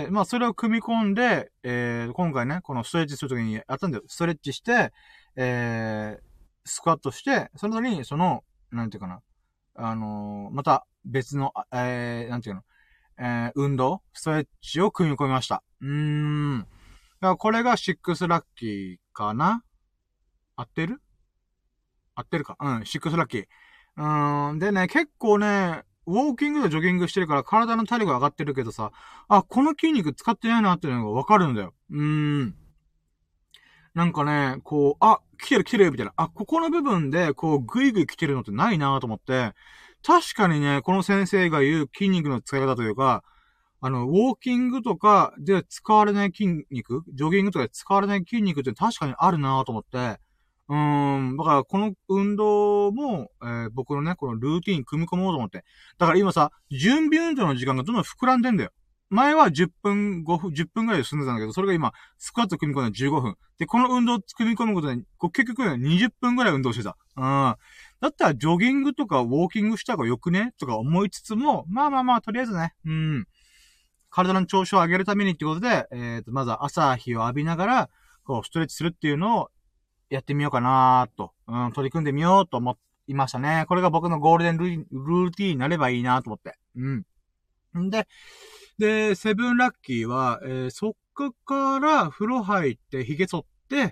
まあ、それを組み込んで、えー、今回ね、このストレッチするときにやったんだよ。ストレッチして、えー、スクワットして、その後に、その、なんていうかな。あのー、また別の、えー、なんていうの、えー、運動、ストレッチを組み込みました。うーん。だからこれがシックスラッキーかな？合ってる？合ってるか？うん、シックスラッキー。うーん。でね、結構ね、ウォーキングとジョギングしてるから体の体力が上がってるけどさ、あ、この筋肉使ってないなっていうのがわかるんだよ。うーん。なんかね、こう、あ、来てる来てるみたいな。あ、ここの部分で、こう、ぐいぐい来てるのってないなと思って、確かにね、この先生が言う筋肉の使い方というか、あの、ウォーキングとかで使われない筋肉、ジョギングとかで使われない筋肉って確かにあるなと思って、うーん、だからこの運動も、えー、僕のね、このルーティン組み込もうと思って。だから今さ、準備運動の時間がどんどん膨らんでんだよ。前はじゅっぷん、ごふん、じゅっぷんぐらいで済んでたんだけど、それが今、スクワット組み込んでじゅうごふん。で、この運動を組み込むことで、こう結局にじゅっぷんぐらい運動してた。うん。だったら、ジョギングとかウォーキングした方がよくねとか思いつつも、まあまあまあ、とりあえずね、うん。体の調子を上げるためにってことで、えっと、まずは朝日を浴びながら、こう、ストレッチするっていうのをやってみようかなーと、うん、取り組んでみようと思いましたね。これが僕のゴールデンルーティーンになればいいなと思って。うん。んで、で、セブンラッキーは、えー、そっから風呂入って髭剃って、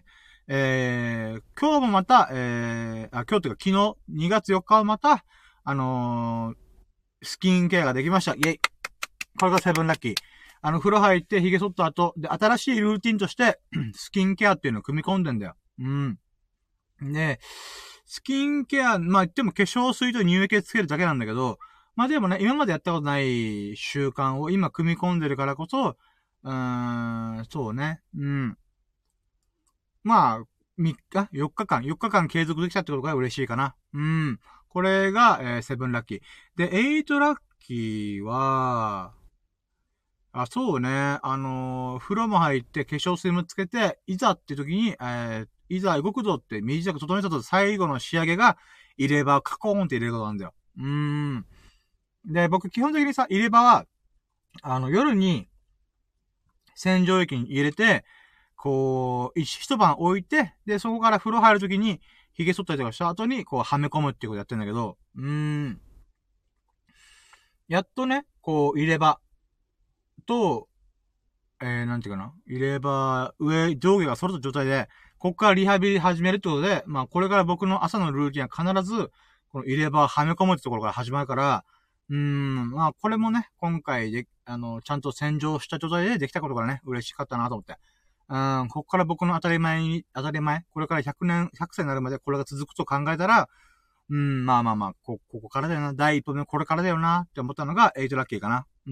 えー、今日もまた、えー、あ、今日というか昨日にがつよっかはまた、あのー、スキンケアができました。イェイ。これがセブンラッキー。あの、風呂入って髭剃った後、で、新しいルーティンとして、スキンケアっていうのを組み込んでんだよ。うん。で、スキンケア、まあ、言っても化粧水と乳液つけるだけなんだけど、まあでもね、今までやったことない習慣を今組み込んでるからこそ、うーん、そうね、うん。まあ、みっか ?よっかかん、よっかかん継続できたってことが嬉しいかな。うん。これが、えー、セブンラッキー。で、エイトラッキーは、あ、そうね。あのー、風呂も入って化粧水もつけて、いざって時に、えー、いざ動くぞって短く整えたと最後の仕上げが、入れ歯をカコーンって入れることなんだよ。うーん。で、僕基本的にさ、入れ歯は、あの、夜に、洗浄液に入れて、こう、一晩置いて、で、そこから風呂入るときに、髭剃ったりとかした後に、こう、はめ込むっていうことやってんだけど、うーん。やっとね、こう、入れ歯と、えー、なんていうかな。入れ歯、上、上下が揃った状態で、ここからリハビリ始めるってことで、まあ、これから僕の朝のルーティンは必ず、この入れ歯をはめ込むってところから始まるから、うーん、まあ、これもね、今回で、あの、ちゃんと洗浄した状態でできたことがね、嬉しかったなと思って。うん、ここから僕の当たり前に、当たり前、これからひゃくねん、ひゃくさいになるまでこれが続くと考えたら、うん、まあまあまあ、こ、ここからだよな、第一歩目これからだよな、って思ったのがはちラッキーかな。うん。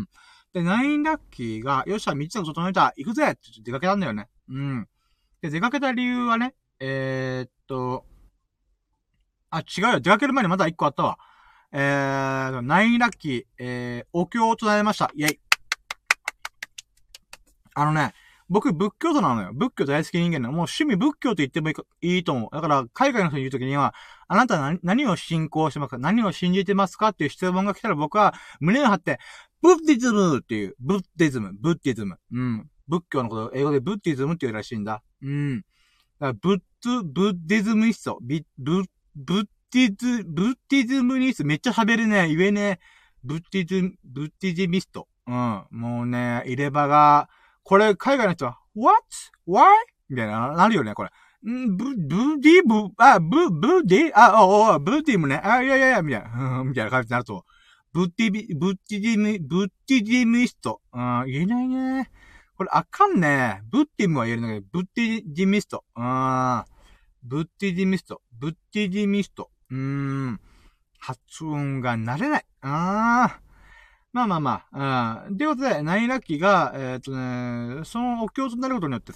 で、きゅうラッキーが、よっしゃ、みっつの整えた、行くぜって言って出かけたんだよね。うん。で、出かけた理由はね、えー、っと、あ、違うよ。出かける前にまだいっこあったわ。えー、きゅうラッキー、えー、お経を唱えました。イェイ。あのね、僕、仏教徒なのよ。仏教大好き人間なの。もう趣味仏教と言ってもいい、いいと思う。だから、海外の人に言うときには、あなたは何、何を信仰してますか？何を信じてますかっていう質問が来たら僕は胸を張って、ブッディズムっていう、ブッディズム、ブッディズム。うん。仏教のことを英語でブッディズムって言うらしいんだ。うん。だからブッド、ブッディズムニスト。ビブ、ブッディズ、ブッディズムニスト。めっちゃ喋るね。言えねえ。ブッディズム、ブッディズミスト。うん。もうね、入れ歯が、これ、海外の人は、what? why? みたいな、なるよね、これ。んブ、ブディ、ブ、あ、ブ、ブディあ、お、お、ブディムね。あ、いやいやいや、みたいな、うん、みたいな感じになると。ブッディビ、ブッディミ、ブッディディミスト。うん、言えないね。これ、あかんね。ブッディムは言えるんだけど、ブッディディミスト。うん。ブッディディミスト。ブッディディミスト。うーん。発音が慣れない。あー。まあまあまあ。うん。ってことで、ナインラッキーが、えっとね、そのお経となることによってさ、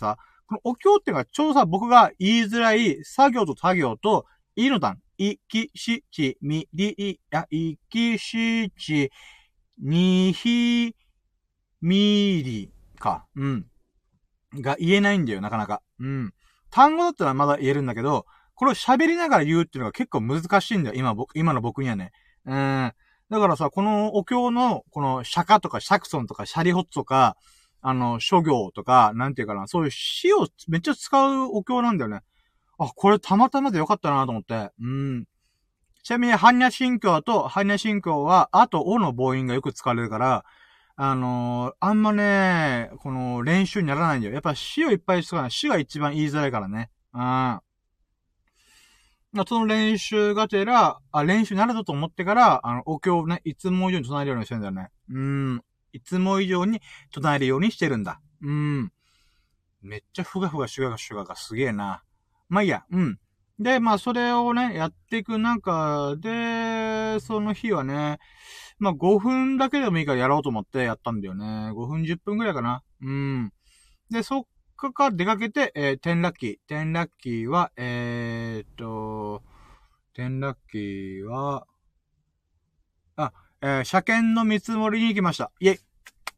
このお経っていうのがちょうどさ、僕が言いづらい作業と作業と、いの段、いきしちみりい、あ、いきしちにひみりか。うん。が言えないんだよ、なかなか。うん。単語だったらまだ言えるんだけど、これを喋りながら言うっていうのが結構難しいんだよ、今僕、今の僕にはね。うん。だからさ、このお経の、この釈迦とか釈尊とかシャリホッツとか、あの、諸行とか、なんていうかな、そういう詩をめっちゃ使うお経なんだよね。あ、これたまたまでよかったなと思って。うん。ちなみに、般若心経と、般若心経は、あと、おの母音がよく使われるから、あのー、あんまね、この練習にならないんだよ。やっぱ詩をいっぱい使うの詩が一番言いづらいからね。うん。その練習がてら、あ、練習になるぞと思ってから、あの、お経をね、いつも以上に唱えるようにしてるんだよね。うん。いつも以上に唱えるようにしてるんだ。うん。めっちゃふがふがシュガがシュガがすげえな。まあいいや。うん。で、まあそれをね、やっていく中で、その日はね、まあごふんだけでもいいからやろうと思ってやったんだよね。ごふんじゅっぷんぐらいかな。うん。で、そっから出かけて、えー、テンラッキー。テンラッキーは、えーっと、テンラッキーは、あ、えー、車検の見積もりに行きました。イェイ。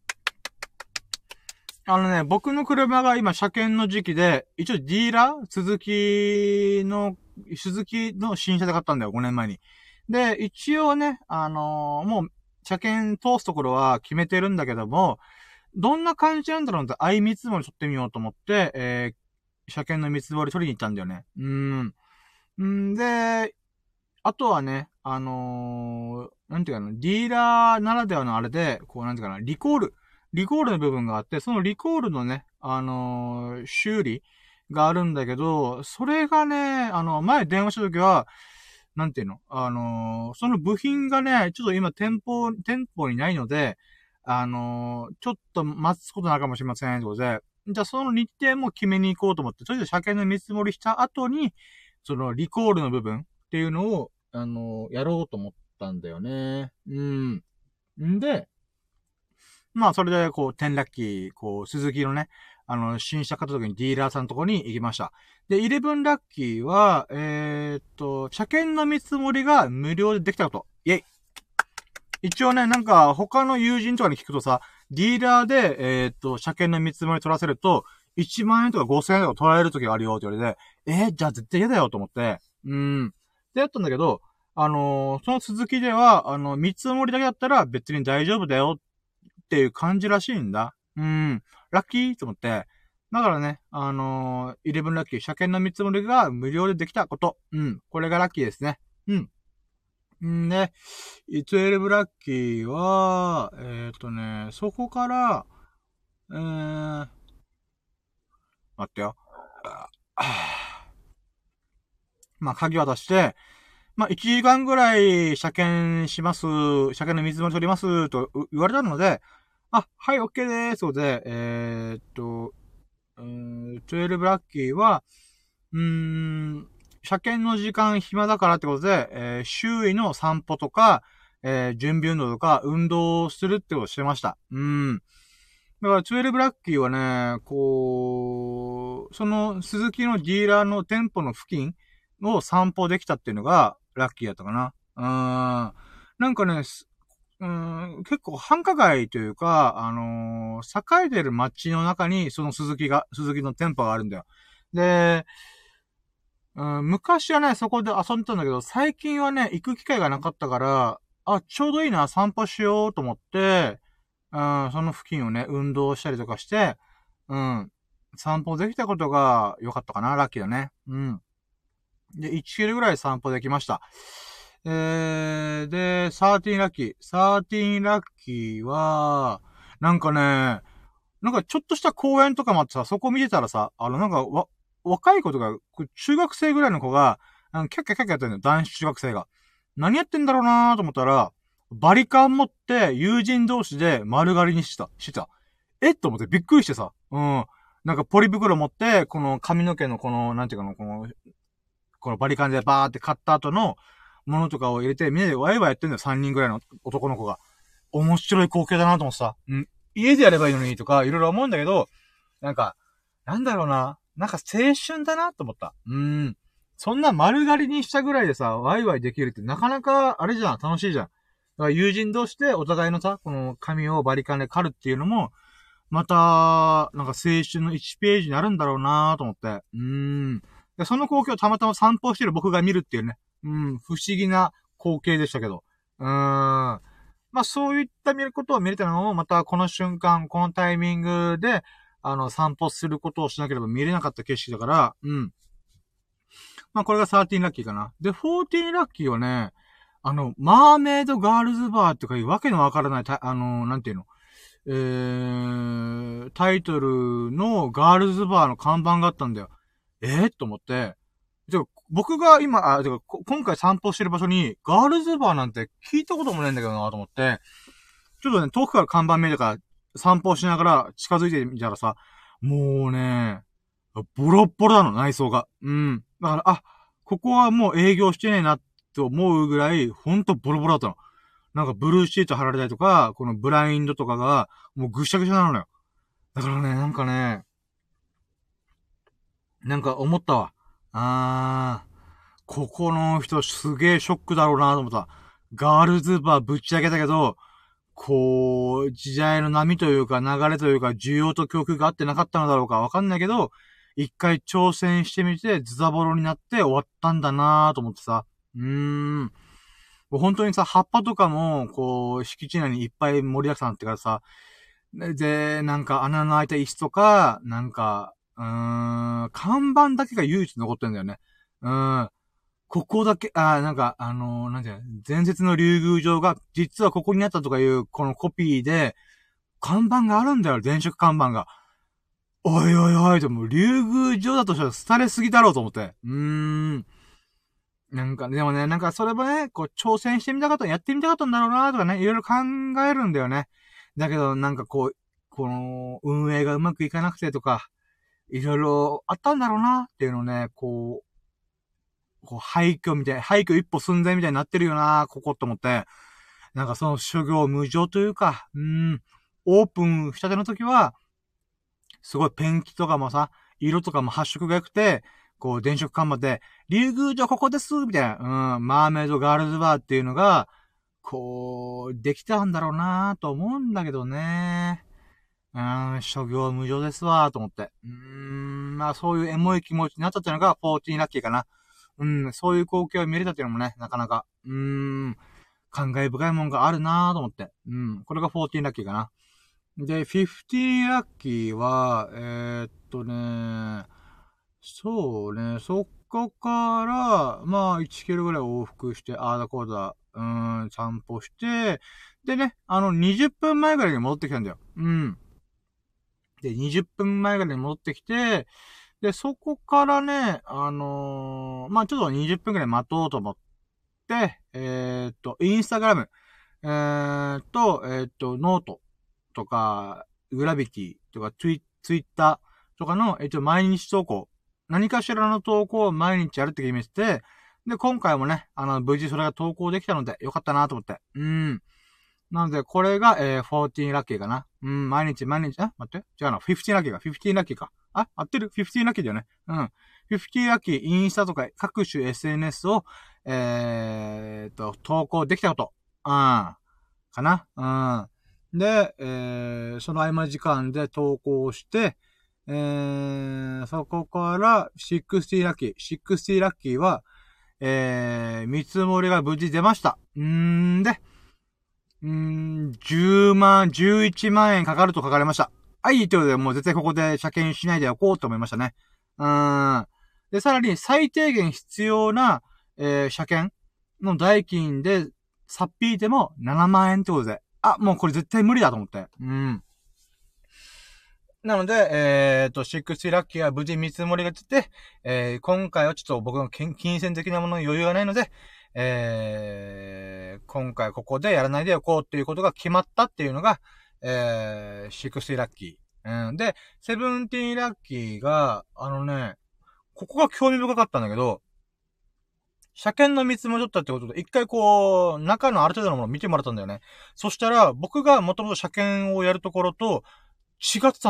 あのね、僕の車が今車検の時期で、一応ディーラー鈴木の、鈴木の新車で買ったんだよ、ごねんまえに。で、一応ね、あのー、もう、車検通すところは決めてるんだけども、どんな感じなんだろうって、相見積もり取ってみようと思って、えー、車検の見積もり取りに行ったんだよね。うーん。んで、あとはね、あのー、なんていうかな、ディーラーならではのあれで、こうなんていうかな、リコール。リコールの部分があって、そのリコールのね、あのー、修理があるんだけど、それがね、あの、前電話した時は、なんていうのあのー、その部品がね、ちょっと今店舗、店舗にないので、あのー、ちょっと待つことになるかもしれません、ということで、じゃあその日程も決めに行こうと思って、とりあえず車検の見積もりした後に、そのリコールの部分っていうのを、あのー、やろうと思ったんだよね。うん。んで、まあ、それで、こう、テンラッキー、こう、鈴木のね、あの、新車買った時にディーラーさんのとこに行きました。で、イレブンラッキーは、えー、っと、車検の見積もりが無料でできたこと。イェイ。一応ね、なんか、他の友人とかに聞くとさ、ディーラーで、えー、っと、車検の見積もり取らせると、いちまんえんとかごせんえんとか取られる時があるよって言われて、えー、じゃあ絶対嫌だよと思って、うーん。で、やったんだけど、あのー、その続きでは、あの、見積もりだけだったら別に大丈夫だよっていう感じらしいんだ。うん。ラッキーと思って。だからね、あのー、イレブンラッキー、車検の見積もりが無料でできたこと。うん。これがラッキーですね。うん。んで、じゅうにラッキーは、えー、っとね、そこから、えー、待ってよ。まあ、鍵渡して、まあ、いちじかんぐらい車検します、車検の見積もり取りますと言われたので、あ、はい、OK でーす。そうで、えー、っと、うーん、じゅうにラッキーは、うーん、車検の時間暇だからってことで、えー、周囲の散歩とか、えー、準備運動とか、運動するってことをしてました。うん。だから、じゅうにラッキーはね、こう、その、鈴木のディーラーの店舗の付近を散歩できたっていうのが、ラッキーだったかな。うーん。なんかね、うーん、結構繁華街というか、あのー、栄えてる街の中にその鈴木が、鈴木の店舗があるんだよ。で、うん、昔はね、そこで遊んでたんだけど、最近はね、行く機会がなかったから、あ、ちょうどいいな、散歩しようと思って、うん、その付近をね、運動したりとかして、うん、散歩できたことが良かったかな、ラッキーだね。うん。で、いちキロぐらい散歩できました。えー、で、じゅうさんラッキー。じゅうさんラッキーは、なんかね、なんかちょっとした公園とかもあってさ、そこ見てたらさ、あのなんかわ、若い子とか、中学生ぐらいの子が、あのキャッキャキャッキャやってるのよ、男子中学生が。何やってんだろうなーと思ったら、バリカン持って友人同士で丸刈りにした、してた。えっと思ってびっくりしてさ、うん。なんかポリ袋持って、この髪の毛のこの、なんていうかな、この、このバリカンでバーって買った後のものとかを入れて、みんなでワイワイやってんだよ、さんにんぐらいの男の子が。面白い光景だなと思ってさ、うん。家でやればいいのにとか、いろいろ思うんだけど、なんか、 なんだろうな。なんか青春だなと思った。うーん。そんな丸刈りにしたぐらいでさ、ワイワイできるってなかなか、あれじゃん、楽しいじゃん。だから友人同士でお互いのさ、この髪をバリカンで刈るっていうのも、また、なんか青春のいちページになるんだろうなと思って。うーん。で、その光景をたまたま散歩してる僕が見るっていうね。うん、不思議な光景でしたけど。うーん。まあそういった見ることを見れたのを、またこの瞬間、このタイミングで、あの、散歩することをしなければ見れなかった景色だから、うん。まあこれがじゅうさんラッキーかな。で、じゅうよんラッキーはね、あの、マーメイドガールズバーってかいうわけのわからない、あの、なんていうの。えー、タイトルのガールズバーの看板があったんだよ。えー、と思って。てか僕が今、あ、てか今回散歩してる場所にガールズバーなんて聞いたこともないんだけどなと思って、ちょっとね、遠くから看板見えたから散歩しながら近づいてみたらさ、もうね、ボロッボロなの、内装が。うん。だから、あ、ここはもう営業してねえなって思うぐらい、ほんとボロボロだったの。なんかブルーシート貼られたりとか、このブラインドとかが、もうぐしゃぐしゃなのよ。だからね、なんかね、なんか思ったわ。あー、ここの人すげえショックだろうなと思った。ガールズバーぶち上げたけど、こう、時代の波というか流れというか需要と供給が合ってなかったのだろうかわかんないけど、一回挑戦してみてズタボロになって終わったんだなと思ってさ。うーん。もう本当にさ、葉っぱとかも、こう、敷地内にいっぱい盛りだくさんってからさ、で、なんか穴の開いた椅子とか、なんか、うーん、看板だけが唯一残ってんだよね。うん。ここだけ、あなんか、あのー、なんていうの、伝説の竜宮城が、実はここにあったとかいう、このコピーで、看板があるんだよ、電飾看板が。おいおいおい、でも、竜宮城だとしたら廃れすぎだろうと思って。うーん。なんか、でもね、なんかそれもね、こう、挑戦してみたかった、やってみたかったんだろうなとかね、いろいろ考えるんだよね。だけど、なんかこう、この、運営がうまくいかなくてとか、いろいろあったんだろうなっていうのをね、こう、こう廃墟みたい、廃墟一歩寸前みたいになってるよなここと思って。なんかその諸行無常というか、うーん、オープンしたての時は、すごいペンキとかもさ、色とかも発色が良くて、こう、電飾看板で、竜宮城ここですみたいな、うん、マーメイドガールズバーっていうのが、こう、できたんだろうなと思うんだけどね。うーん、諸行無常ですわと思って。うーん、まあそういうエモい気持ちになったっていうのが、フォーティーンラッキーかな。うん、そういう光景を見れたっていうのもね、なかなか、うーん、感慨深いもんがあるなと思って。うん、これがフォーティーンラッキーかな。で、フィフティーンラッキーは、えー、っとね、そうね、そっかから、まあ、いちキロぐらい往復して、あーだこーだ、うーん、散歩して、でね、あの、にじゅっぷんまえぐらいに戻ってきたんだよ。うん。で、にじゅっぷんまえぐらいに戻ってきて、で、そこからね、あのー、まあ、ちょっとにじゅっぷんぐらい待とうと思って、えー、っと、インスタグラム、えー、っと、えー、っと、ノートとか、グラビティとか、ツイ、ツイッターとかの、えっと、毎日投稿。何かしらの投稿を毎日やるって決めてて、で、今回もね、あの、無事それが投稿できたので、よかったなと思って。うん。なので、これが、えー、フォーティーンラッキーかな。うん、毎日、毎日、あ、待って。違うな。フィフティーンラッキーか。フィフティーンラッキーか。あ、合ってる ?フィフティーンラッキーだよね。うん。フィフティーンラッキー、インスタとか各種 エスエヌエス を、えーと、投稿できたこと。うん。かな。うん。で、えー、その合間時間で投稿して、えー、そこから、ろくじゅうラッキー。ろくじゅうラッキーは、えー、見積もりが無事出ました。うーんで、うーん、じゅうまん、じゅういちまん円かかると書かれました。はい、ということで、もう絶対ここで車検しないでおこうと思いましたね。うーん。で、さらに最低限必要な、えー、車検の代金で、さっぴいてもななまん円ってことで。あ、もうこれ絶対無理だと思って。うん。なので、えー、っと、ろくじゅうラッキーは無事見積もりが出て、えー、今回はちょっと僕の金銭的なものに余裕がないので、えー、今回ここでやらないでおこうっていうことが決まったっていうのが、えー、ろくじゅうラッキー。うん。で、セブンティーンラッキーが、あのね、ここが興味深かったんだけど、車検の見積もり取ったってことで、一回こう、中のある程度のものを見てもらったんだよね。そしたら、僕がもともと車検をやるところと、違ってたんだよ。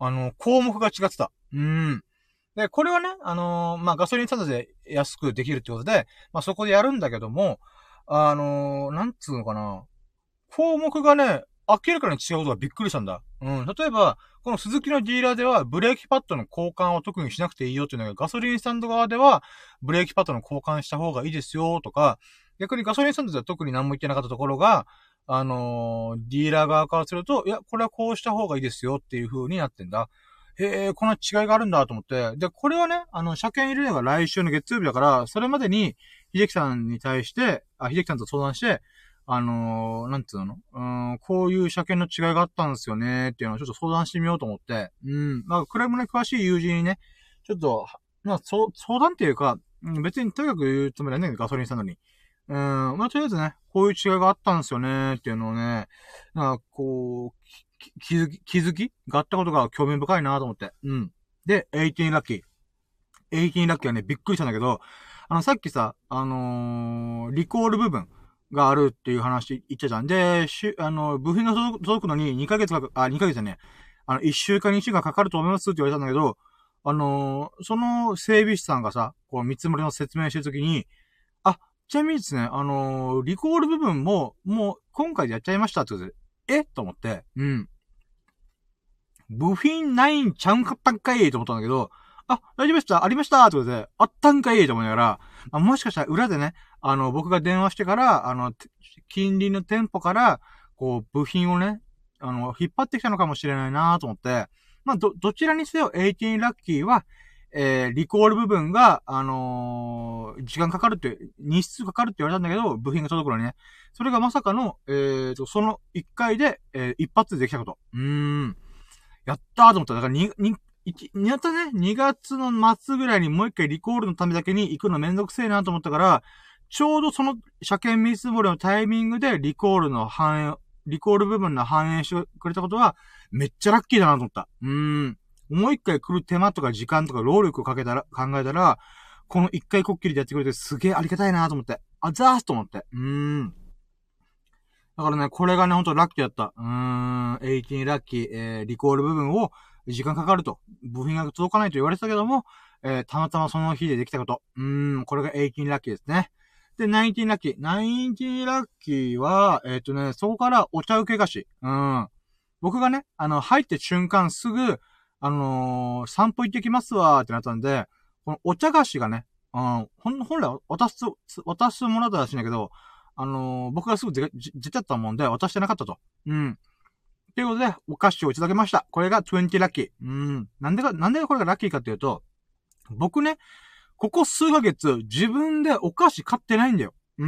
あの、項目が違ってた。うん。で、これはね、あのー、まあ、ガソリンスタンドで安くできるってことで、まあ、そこでやるんだけども、あのー、なんつうのかな。項目がね、明らかに違うことがびっくりしたんだ。うん。例えば、この鈴木のディーラーでは、ブレーキパッドの交換を特にしなくていいよっていうのが、ガソリンスタンド側では、ブレーキパッドの交換した方がいいですよとか、逆にガソリンスタンドでは特に何も言ってなかったところが、あのー、ディーラー側からすると、いや、これはこうした方がいいですよっていう風になってんだ。へえ、こんな違いがあるんだと思って。で、これはね、あの、車検入れるのが来週の月曜日だから、それまでに、秀樹さんに対して、あ、秀樹さんと相談して、あのー、なんつうのうーん、こういう車検の違いがあったんですよね、っていうのをちょっと相談してみようと思って、うん、まあ、クレームの詳しい友人にね、ちょっと、まあ、そう、相談っていうか、別にとにかく言うつもりはね、ガソリンスタンドに。うん、まあ、とりあえずね、こういう違いがあったんですよね、っていうのをね、なんか、こう、気づき、気づきがあったことが興味深いなと思って。うん。で、じゅうはちラッキー。じゅうはちラッキーはね、びっくりしたんだけど、あの、さっきさ、あのー、リコール部分があるっていう話言ったじゃん。で、しあの、部品が届くのににかげつかか、あ、にかげつだね。あの、いっしゅうかんにしゅうかんかかると思いますって言われたんだけど、あのー、その整備士さんがさ、こう、見積もりの説明してるときに、あ、ちなみにですね、あのー、リコール部分も、もう、今回でやっちゃいましたってことで、えと思って、うん。部品ないんちゃうんかったんかいと思ったんだけど、あ、大丈夫でしたありましたってことで、あったんかいと思いながら、あ、もしかしたら裏でね、あの、僕が電話してから、あの、近隣の店舗から、こう、部品をね、あの、引っ張ってきたのかもしれないなと思って、まあ、ど、どちらにせよ、じゅうはちラッキーは、えー、リコール部分が、あのー、時間かかるって、日数かかるって言われたんだけど、部品が届くのにね。それがまさかの、えーと、そのいっかいで、えー、一発でできたこと。うーん。やったーと思った。だから、に、に、やったね。にがつの末ぐらいにもう一回リコールのためだけに行くのめんどくせえなと思ったから、ちょうどその車検見積もりのタイミングでリコールの反映、リコール部分の反映してくれたことは、めっちゃラッキーだなと思った。うーん。もう一回来る手間とか時間とか労力をかけたら、考えたら、この一回こっきりでやってくれてすげえありがたいなと思って。あざーすと思って。うーん。だからね、これがね、ほんとラッキーだった。うーん、じゅうはちラッキー、えー、リコール部分を時間かかると。部品が届かないと言われてたけども、えー、たまたまその日でできたこと。うーん、これがじゅうはちラッキーですね。で、じゅうきゅうラッキー。じゅうきゅうラッキーは、えっとね、そこからお茶受け菓子。うん。僕がね、あの、入って瞬間すぐ、あのー、散歩行ってきますわーってなったんで、このお茶菓子がね、うん、ほん、本来渡す、渡すもらったらしいんだけど、あのー、僕がすぐ出、出ちゃったもんで渡してなかったと。うん。ということで、お菓子をいただきました。これがにじゅうラッキー。うん。なんでか、なんでこれがラッキーかっていうと、僕ね、ここ数ヶ月、自分でお菓子買ってないんだよ。うん。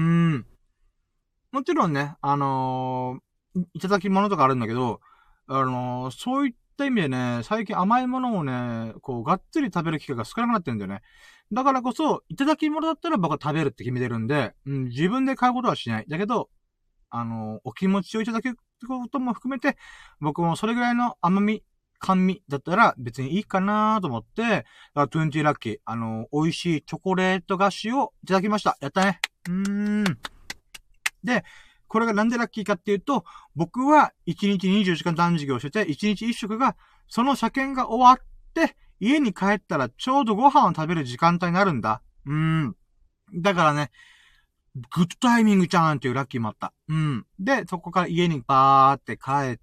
もちろんね、あのー、いただき物とかあるんだけど、あのー、そういった意味でね、最近甘いものをね、こう、がっつり食べる機会が少なくなってるんだよね。だからこそ、いただき物だったら僕は食べるって決めてるんで、うん、自分で買うことはしない。だけど、あのー、お気持ちをいただけることも含めて、僕もそれぐらいの甘み、甘味だったら別にいいかなと思って、にじゅうラッキー、あのー、美味しいチョコレート菓子をいただきました。やったね。うーん。で、これがなんでラッキーかっていうと、僕はいちにちにじゅうよじかん断食をしてて、いちにちいっ食が、その車検が終わって、家に帰ったらちょうどご飯を食べる時間帯になるんだ。うーん。だからね、グッドタイミングちゃーんっていうラッキーもあった。うん。で、そこから家にバーって帰って、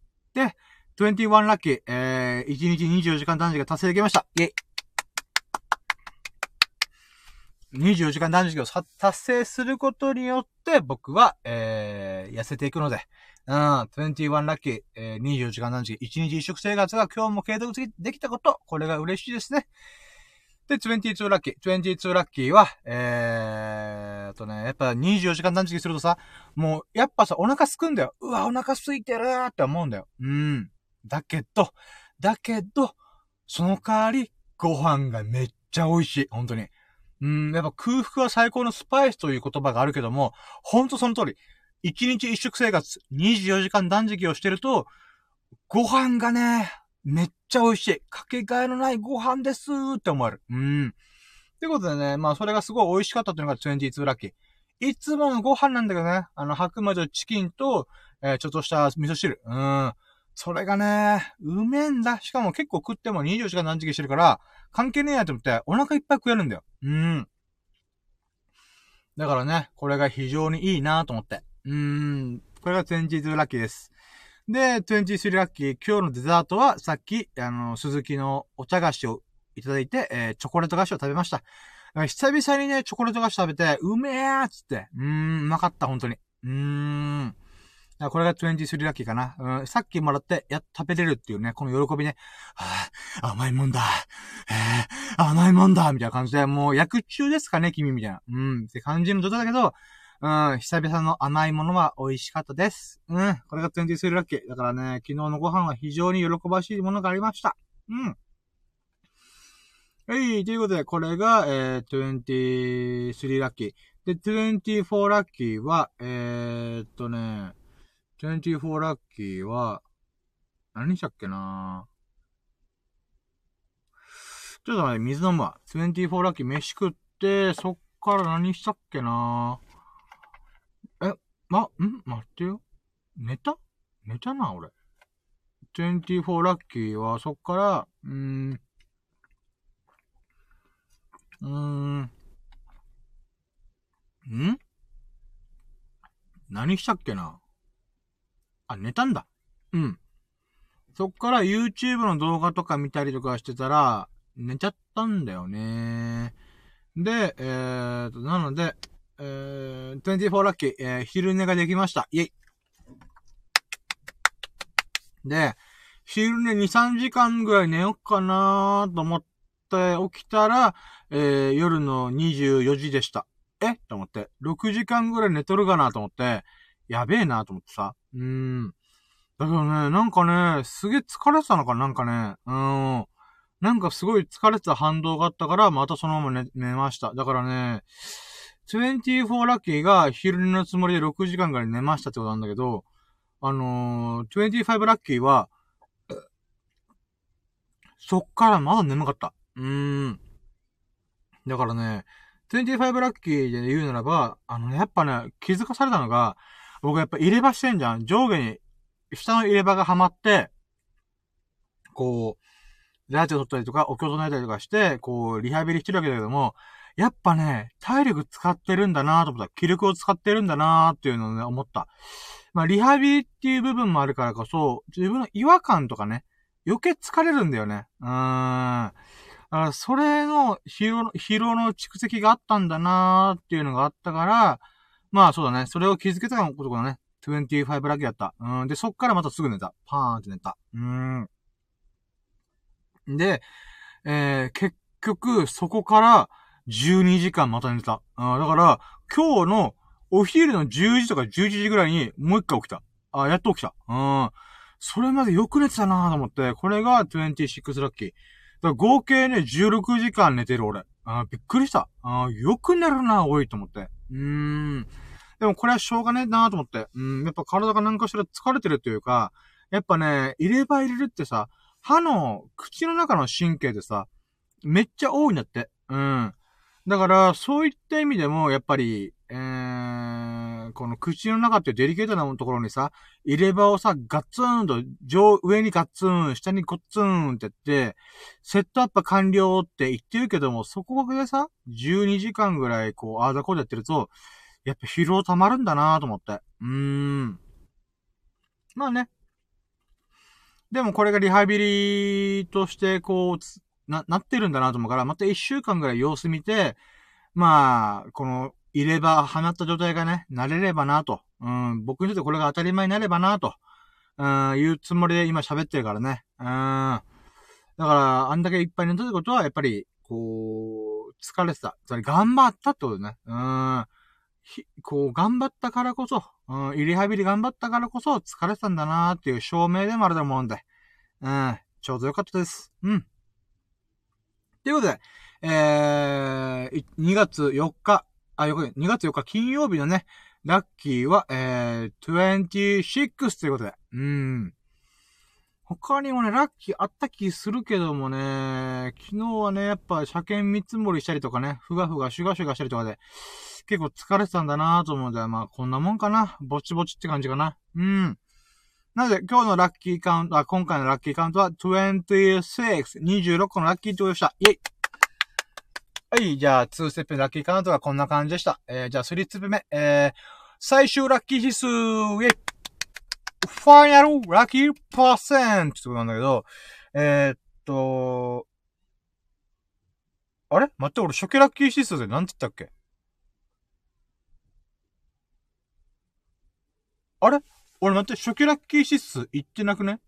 にじゅういちラッキー、えー、いちにちにじゅうよじかん断食が達成できました。イェイ。にじゅうよじかん断食を達成することによって、僕は、えー、痩せていくので、うん、にじゅういちラッキー、えー、にじゅうよじかん断食、いちにちいっ食生活が今日も継続できたこと、これが嬉しいですね。で、にじゅうにラッキー。にじゅうにラッキーは、えーとね、やっぱにじゅうよじかん断食するとさ、もう、やっぱさ、お腹すくんだよ。うわ、お腹空いてるーって思うんだよ。うん。だけど、だけど、その代わり、ご飯がめっちゃ美味しい。本当に。うん、やっぱ空腹は最高のスパイスという言葉があるけども、ほんとその通り。いちにちいっ食生活、にじゅうよじかん断食をしてると、ご飯がね、めっちゃ美味しい。かけがえのないご飯ですーって思える。うん。ってことでね、まあそれがすごい美味しかったっていうのがにじゅうにラッキー。いつものご飯なんだけどね、あの、白魔女チキンと、えー、ちょっとした味噌汁。うん。 それがね、うめえんだ。しかも結構食ってもにじゅうよじかん断食してるから、関係ねえやと思って、お腹いっぱい食えるんだよ。うん。だからね、これが非常にいいなと思って。うーん。これがにじゅうにラッキーです。で、にじゅうさんラッキー、今日のデザートは、さっき、あの、鈴木のお茶菓子をいただいて、えー、チョコレート菓子を食べました。久々にね、チョコレート菓子食べて、うめえーっつって。うーん、うまかった、本当に。うーん。これがにじゅうさんラッキーかな。うん、さっきもらって、やっと食べれるっていうね、この喜びね。はぁ、甘いもんだ。えー、甘いもんだみたいな感じで、もう、薬中ですかね、君みたいな。うん、って感じの状態だけど、うん、久々の甘いものは美味しかったです。うん、これがにじゅうさんラッキー。だからね、昨日のご飯は非常に喜ばしいものがありました。うん。はい、ということで、これが、えー、にじゅうさんラッキー。で、にじゅうよんラッキーは、えー、っとね、にじゅうよんラッキーは、何したっけなちょっと待って、水飲むわ。にじゅうよんラッキー飯食って、そっから何したっけなえ、ま、ん待ってよ。寝た寝たな、俺。にじゅうよんラッキーは、そっから、うーん、うーん、ん何したっけなあ、寝たんだ。うん。そっから YouTube の動画とか見たりとかしてたら、寝ちゃったんだよね。で、えーと、なので、えー、にじゅうよんラッキー、えー、昼寝ができました。イェイ。で、昼寝に、さんじかんぐらい寝よっかなーと思って起きたら、えー、夜のにじゅうよじでした。えと思って、ろくじかんぐらい寝とるかなと思って、やべえなと思ってさ。うーん。だけどね、なんかね、すげえ疲れてたのかななんかね、うーん。なんかすごい疲れてた反動があったから、またそのまま寝、寝ました。だからね、にじゅうよんラッキーが昼寝のつもりでろくじかんぐらい寝ましたってことなんだけど、あのー、にじゅうごラッキーは、そっからまだ眠かった。うーん。だからね、にじゅうごラッキーで言うならば、あのね、やっぱね、気づかされたのが、僕やっぱ入れ歯してんじゃん。上下に、下の入れ歯がはまって、こう、ラジオ撮ったりとか、お経唱えたりとかして、こう、リハビリしてるわけだけども、やっぱね、体力使ってるんだなと思った。気力を使ってるんだなっていうのをね、思った。まあ、リハビリっていう部分もあるからこそ、自分の違和感とかね、余計疲れるんだよね。うーん。だからそれの疲労の、疲労の蓄積があったんだなーっていうのがあったから、まあそうだね。それを気づけたことがね、にじゅうごラッキーだった。うん。で、そっからまたすぐ寝た。パーンって寝た。うーん。で、えー、結局、そこからじゅうにじかんまた寝た。あだから、今日のお昼のじゅうじとかじゅういちじぐらいにもう一回起きた。あ、やっと起きた。うん。それまでよく寝てたなと思って、これがにじゅうろくラッキー。だから合計ね、じゅうろくじかん寝てる俺。あびっくりした。あよく寝るな多いと思って。うーん。でもこれはしょうがねえなと思って。うん、やっぱ体がなんかしら疲れてるというか、やっぱね、入れ歯入れるってさ、歯の、口の中の神経でさ、めっちゃ多いんだって。うん。だから、そういった意味でも、やっぱり、えー、この口の中ってデリケートなところにさ、入れ歯をさ、ガッツンと、上、上にガッツン、下にゴッツンって言って、セットアップ完了って言ってるけども、そこでさ、じゅうにじかんぐらい、こう、あーだこうでやってると、やっぱ疲労溜まるんだなと思って。うーん。まあね。でもこれがリハビリとして、こう、な、なってるんだなと思うから、また一週間ぐらい様子見て、まあ、この、入れ歯、はまった状態がね、慣れればなと。うん、僕にとってこれが当たり前になればなと。うん、いうつもりで今喋ってるからね。うん。だから、あんだけいっぱい寝たってことは、やっぱり、こう、疲れてた。つまり頑張ったってことね。うん。ひ、こう、頑張ったからこそ、うん、リハビリ頑張ったからこそ疲れてたんだなーっていう証明でもあると思うんで。うん、ちょうどよかったです。うん。ということで、えー、にがつよっか、あ、よくにがつよっか金曜日のね、ラッキーは、えー、にじゅうろくということで。うん。他にもね、ラッキーあった気するけどもね、昨日はね、やっぱ車検見積もりしたりとかね、ふがふがシュガシュガしたりとかで、結構疲れてたんだなと思うんで、まあこんなもんかな。ぼちぼちって感じかな。うん。 なので、今日のラッキーカウントは、今回のラッキーカウントはにじゅうろく、にじゅうろっこのラッキーってことでした。イェイ。はい、じゃあ、にステップラッキーカウントはこんな感じでした。えー、じゃあ、さんステップ目、えー、最終ラッキー指数、イェイ。ファイナルラッキーパーセントってことなんだけど、えー、っと、あれ待って、俺初期ラッキー指数で何て言ったっけ？あれ俺待って、初期ラッキー指数言ってなくね？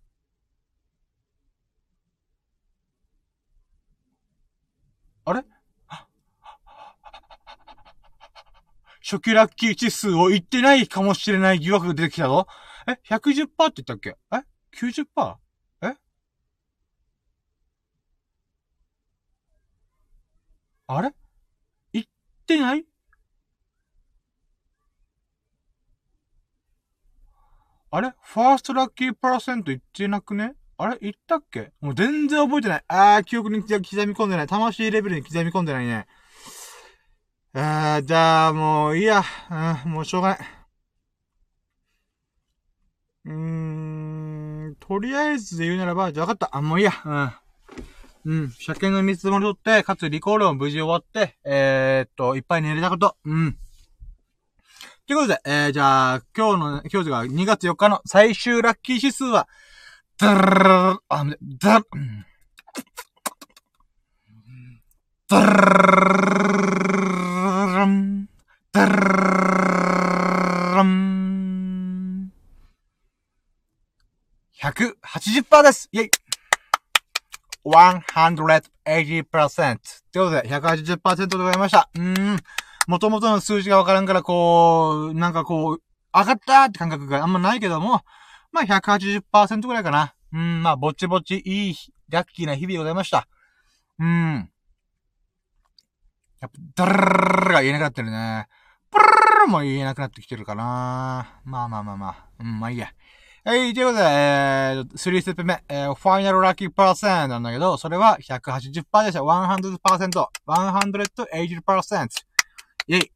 あれ初期ラッキー指数を言ってないかもしれない疑惑が出てきたぞ。え ?ひゃくじゅっパーセント って言ったっけ？え ?きゅうじゅっパーセント？ えあれ言ってない？あれファーストラッキーパーセント言ってなくね？あれ言ったっけ？もう全然覚えてない。あー、記憶に刻み込んでない。魂レベルに刻み込んでないね。あー、じゃあ、もういいや。うん、もうしょうがない。うーん、とりあえずで言うならば、じゃあ分かった。あ、もういいや。うん。うん。車検の見積もり取って、かつリコールも無事終わって、えー、っと、いっぱい寝れたこと。うん。ということで、えー、じゃあ、今日の、今日がにがつよっかの最終ラッキー指数は、ダルあ、ダル、ダルン、ダルン、ひゃくはちじゅっパーセント です。イェイ !ひゃくはちじゅっパーセント。ということで、ひゃくはちじゅっパーセント でございました。うーん。元々の数字がわからんから、こう、なんかこう、上がったって感覚があんまないけども、まあ、ひゃくはちじゅっパーセント ぐらいかな。うん、まあ、ぼちぼちいい、ラッキーな日々でございました。うん。やっぱ、ダルルが言えなくなってるね。プルルルも言えなくなってきてるかな。まあまあまあまあ。うん、まあいいや。はい、ということで、えー、さんステップ目、えー、ファイナルラッキーパーセントなんだけど、それは ひゃくはちじゅっパーセント でした。ひゃくパーセント。ひゃくはちじゅっパーセント。イェイ。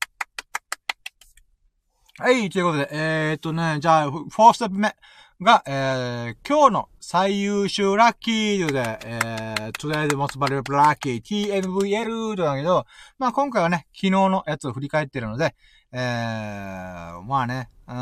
はい、ということで、えーっとね、じゃあ、よんステップ目が、えー、今日の最優秀ラッキーということで、えー、Today's Most Valuable Lucky ティーエヌブイエル となんだけど、まあ今回はね、昨日のやつを振り返ってるので、えー、まあね、うん、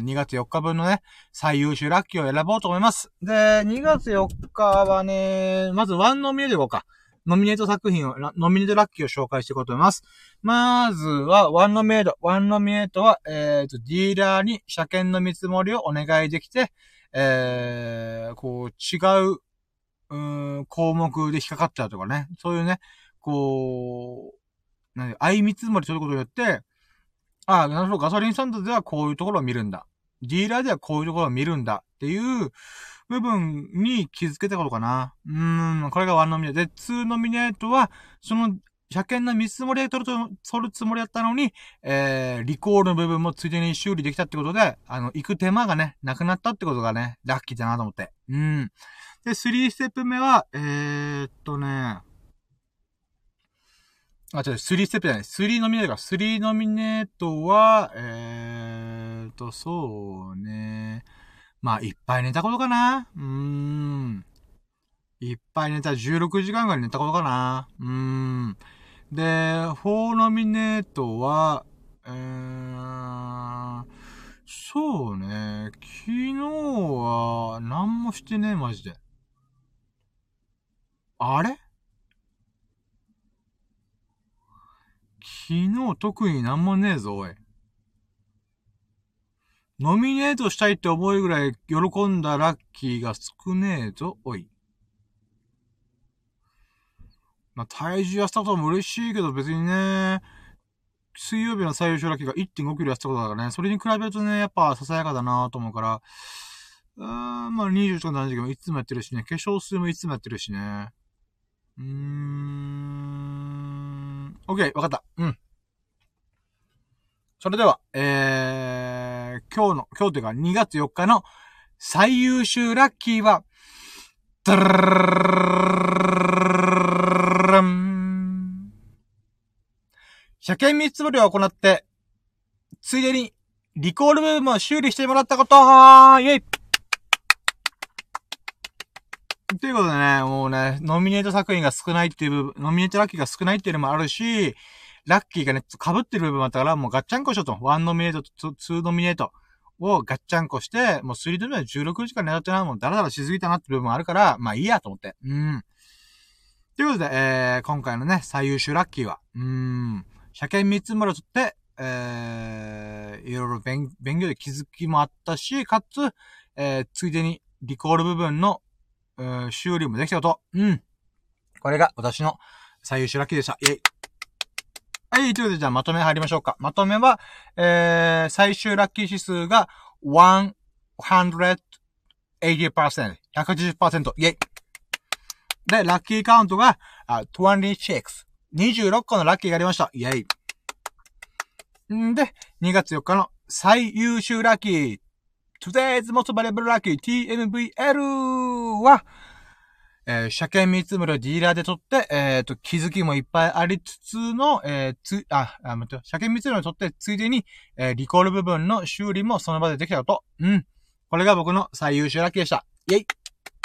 にがつよっかぶんのね、最優秀ラッキーを選ぼうと思います。で、にがつよっかはね、まずワンノミネートいこうか。ノミネート作品を、ノミネートラッキーを紹介していこうと思います。まずは、ワンノミネート。ワンノミネートは、えっと、ディーラーに車検の見積もりをお願いできて、えー、こう、違う、うーん、項目で引っかかっちゃうとかね。そういうね、こう、なん相見積もりすることによって、ああ、なるほど、ガソリンスタンドではこういうところを見るんだ。ディーラーではこういうところを見るんだっていう部分に気づけたことかな。うーん、これがワンノミネート。で、ツーノミネートは、その、車検の見積もりで取ると、取るつもりだったのに、えー、リコールの部分もついでに修理できたってことで、あの、行く手間がね、なくなったってことがね、ラッキーだなと思って。うん。で、スリーステップ目は、えーっとね、あ、違う、スリーステップじゃない。スリーノミネートか。スリーノミネートは、えーっと、そうね。まあ、いっぱい寝たことかな。うーん。いっぱい寝た。じゅうろくじかんぐらい寝たことかな。うーん。で、フォーノミネートは、えー、そうね。昨日は、何もしてねえ、マジで。あれ昨日特に何もねえぞ、おい。ノミネートしたいって思うぐらい喜んだラッキーが少ねえぞ、おい。まあ、体重痩せたことも嬉しいけど別にね、水曜日の最優秀ラッキーが いってんごキロ痩せたことだからね、それに比べるとね、やっぱささやかだなと思うから、うーん、まあにじゅうとかななじゅうもいつもやってるしね、化粧水もいつもやってるしね。うーん、OK、わかった。うん。それでは、えー、今日の、今日というかにがつよっかの最優秀ラッキーは、ドゥルルルン車検見積もりを行って、ついでに、リコール部分も修理してもらったことイェイということでね、もうね、ノミネート作品が少ないっていう部分、ノミネートラッキーが少ないっていうのもあるし、ラッキーがね、被ってる部分もあったから、もうガッチャンコしようと。ワンノミネートとツーノミネートをガッチャンコして、もうスリーノミネートじゅうろくじかん狙ってな、もうダラダラしすぎたなって部分もあるから、まあいいやと思って。うん。ということで、えー、今回のね、最優秀ラッキーは、うーん、車検みっつまで取って、えー、いろいろ勉強で気づきもあったし、かつ、えー、ついでにリコール部分の、えー、修理もできたこと。うん。これが私の最優秀ラッキーでした。イェイ。はい、ということでじゃあまとめ入りましょうか。まとめは、えー、最終ラッキー指数がひゃくはちじゅっパーセント。ひゃくはちじゅっパーセント。イェイ。で、ラッキーカウントが、にじゅうろく。にじゅうろっこのラッキーがありました。イェイ。んで、にがつよっかの最優秀ラッキー。Today's Most Valuable Lucky ティーエムブイエル は、えー、車検見積もりをディーラーで取って、えっと、気づきもいっぱいありつつの、えー、つ、あ、あ、待って、車検見積もりを取って、ついでに、えー、リコール部分の修理もその場でできたこと。うん。これが僕の最優秀ラッキーでした。イェイ。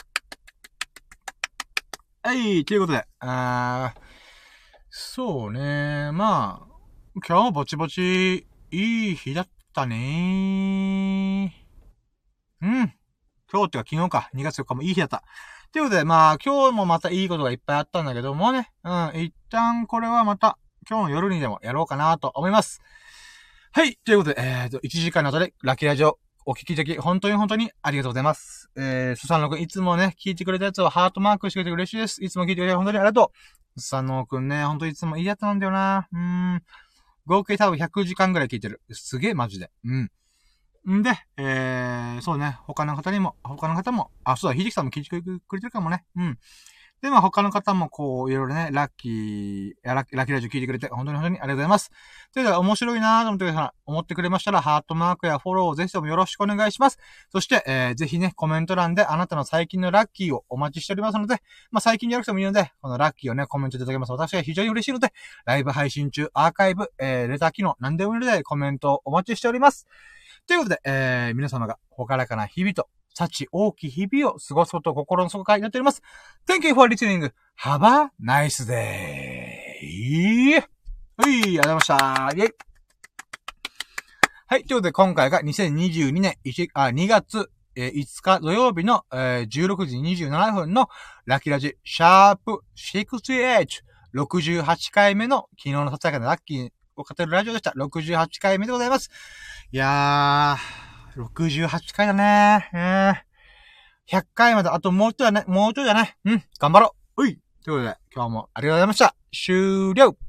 はい、ということで、あー、そうね、まあ、今日もぼちぼち、いい日だったねー。うん。今日ってか昨日か、にがつよっかもいい日だった。ということで、まあ、今日もまたいいことがいっぱいあったんだけどもね、うん、一旦これはまた、今日の夜にでもやろうかなと思います。はい、ということで、えーと、いちじかんの後で、ラッキーラジオ、お聞きいただき、本当に本当にありがとうございます。えー、スサノオくん、いつもね、聞いてくれたやつをハートマークしてくれて嬉しいです。いつも聞いてくれて本当にありがとう。スサノオくんね、本当にいつもいいやつなんだよな。うーん。合計多分ひゃくじかんぐらい聞いてる。すげえマジで。うん。んで、えー、そうね、他の方にも、他の方も、あ、そうだ、ひじきさんも聞いてくれてるかもね。うん。で、まあ他の方もこう、いろいろね、ラッキー、ラッキーラジオ聞いてくれて、本当に本当にありがとうございます。ということで、面白いなーと思ってくれたら、思ってくれましたら、ハートマークやフォローをぜひともよろしくお願いします。そして、えー、ぜひね、コメント欄であなたの最近のラッキーをお待ちしておりますので、まあ最近じゃなくてもいいので、このラッキーをね、コメントいただけます。私は非常に嬉しいので、ライブ配信中、アーカイブ、えー、レター機能、何でもいいので、コメントをお待ちしております。ということで、えー、皆様がほからかな日々と、幸大きい日々を過ごすことを心の底から祈っております。Thank you for listening. Have a nice day. はい、ありがとうございました。イェイ。はい、ということで今回がにせんにじゅうにねんあにがつ、えー、いつか土曜日の、えー、じゅうろくじにじゅうななふんのラッキーラジシャープろくじゅうはち、ろくじゅうはちかいめの昨日のささやかなラッキーを語るラジオでした。ろくじゅうはちかいめでございます。いやー、ろくじゅうはちかいだねー。えー、ひゃっかいまであともうちょいだね、もうちょいだね。うん、頑張ろう。うい。ということで今日もありがとうございました。終了。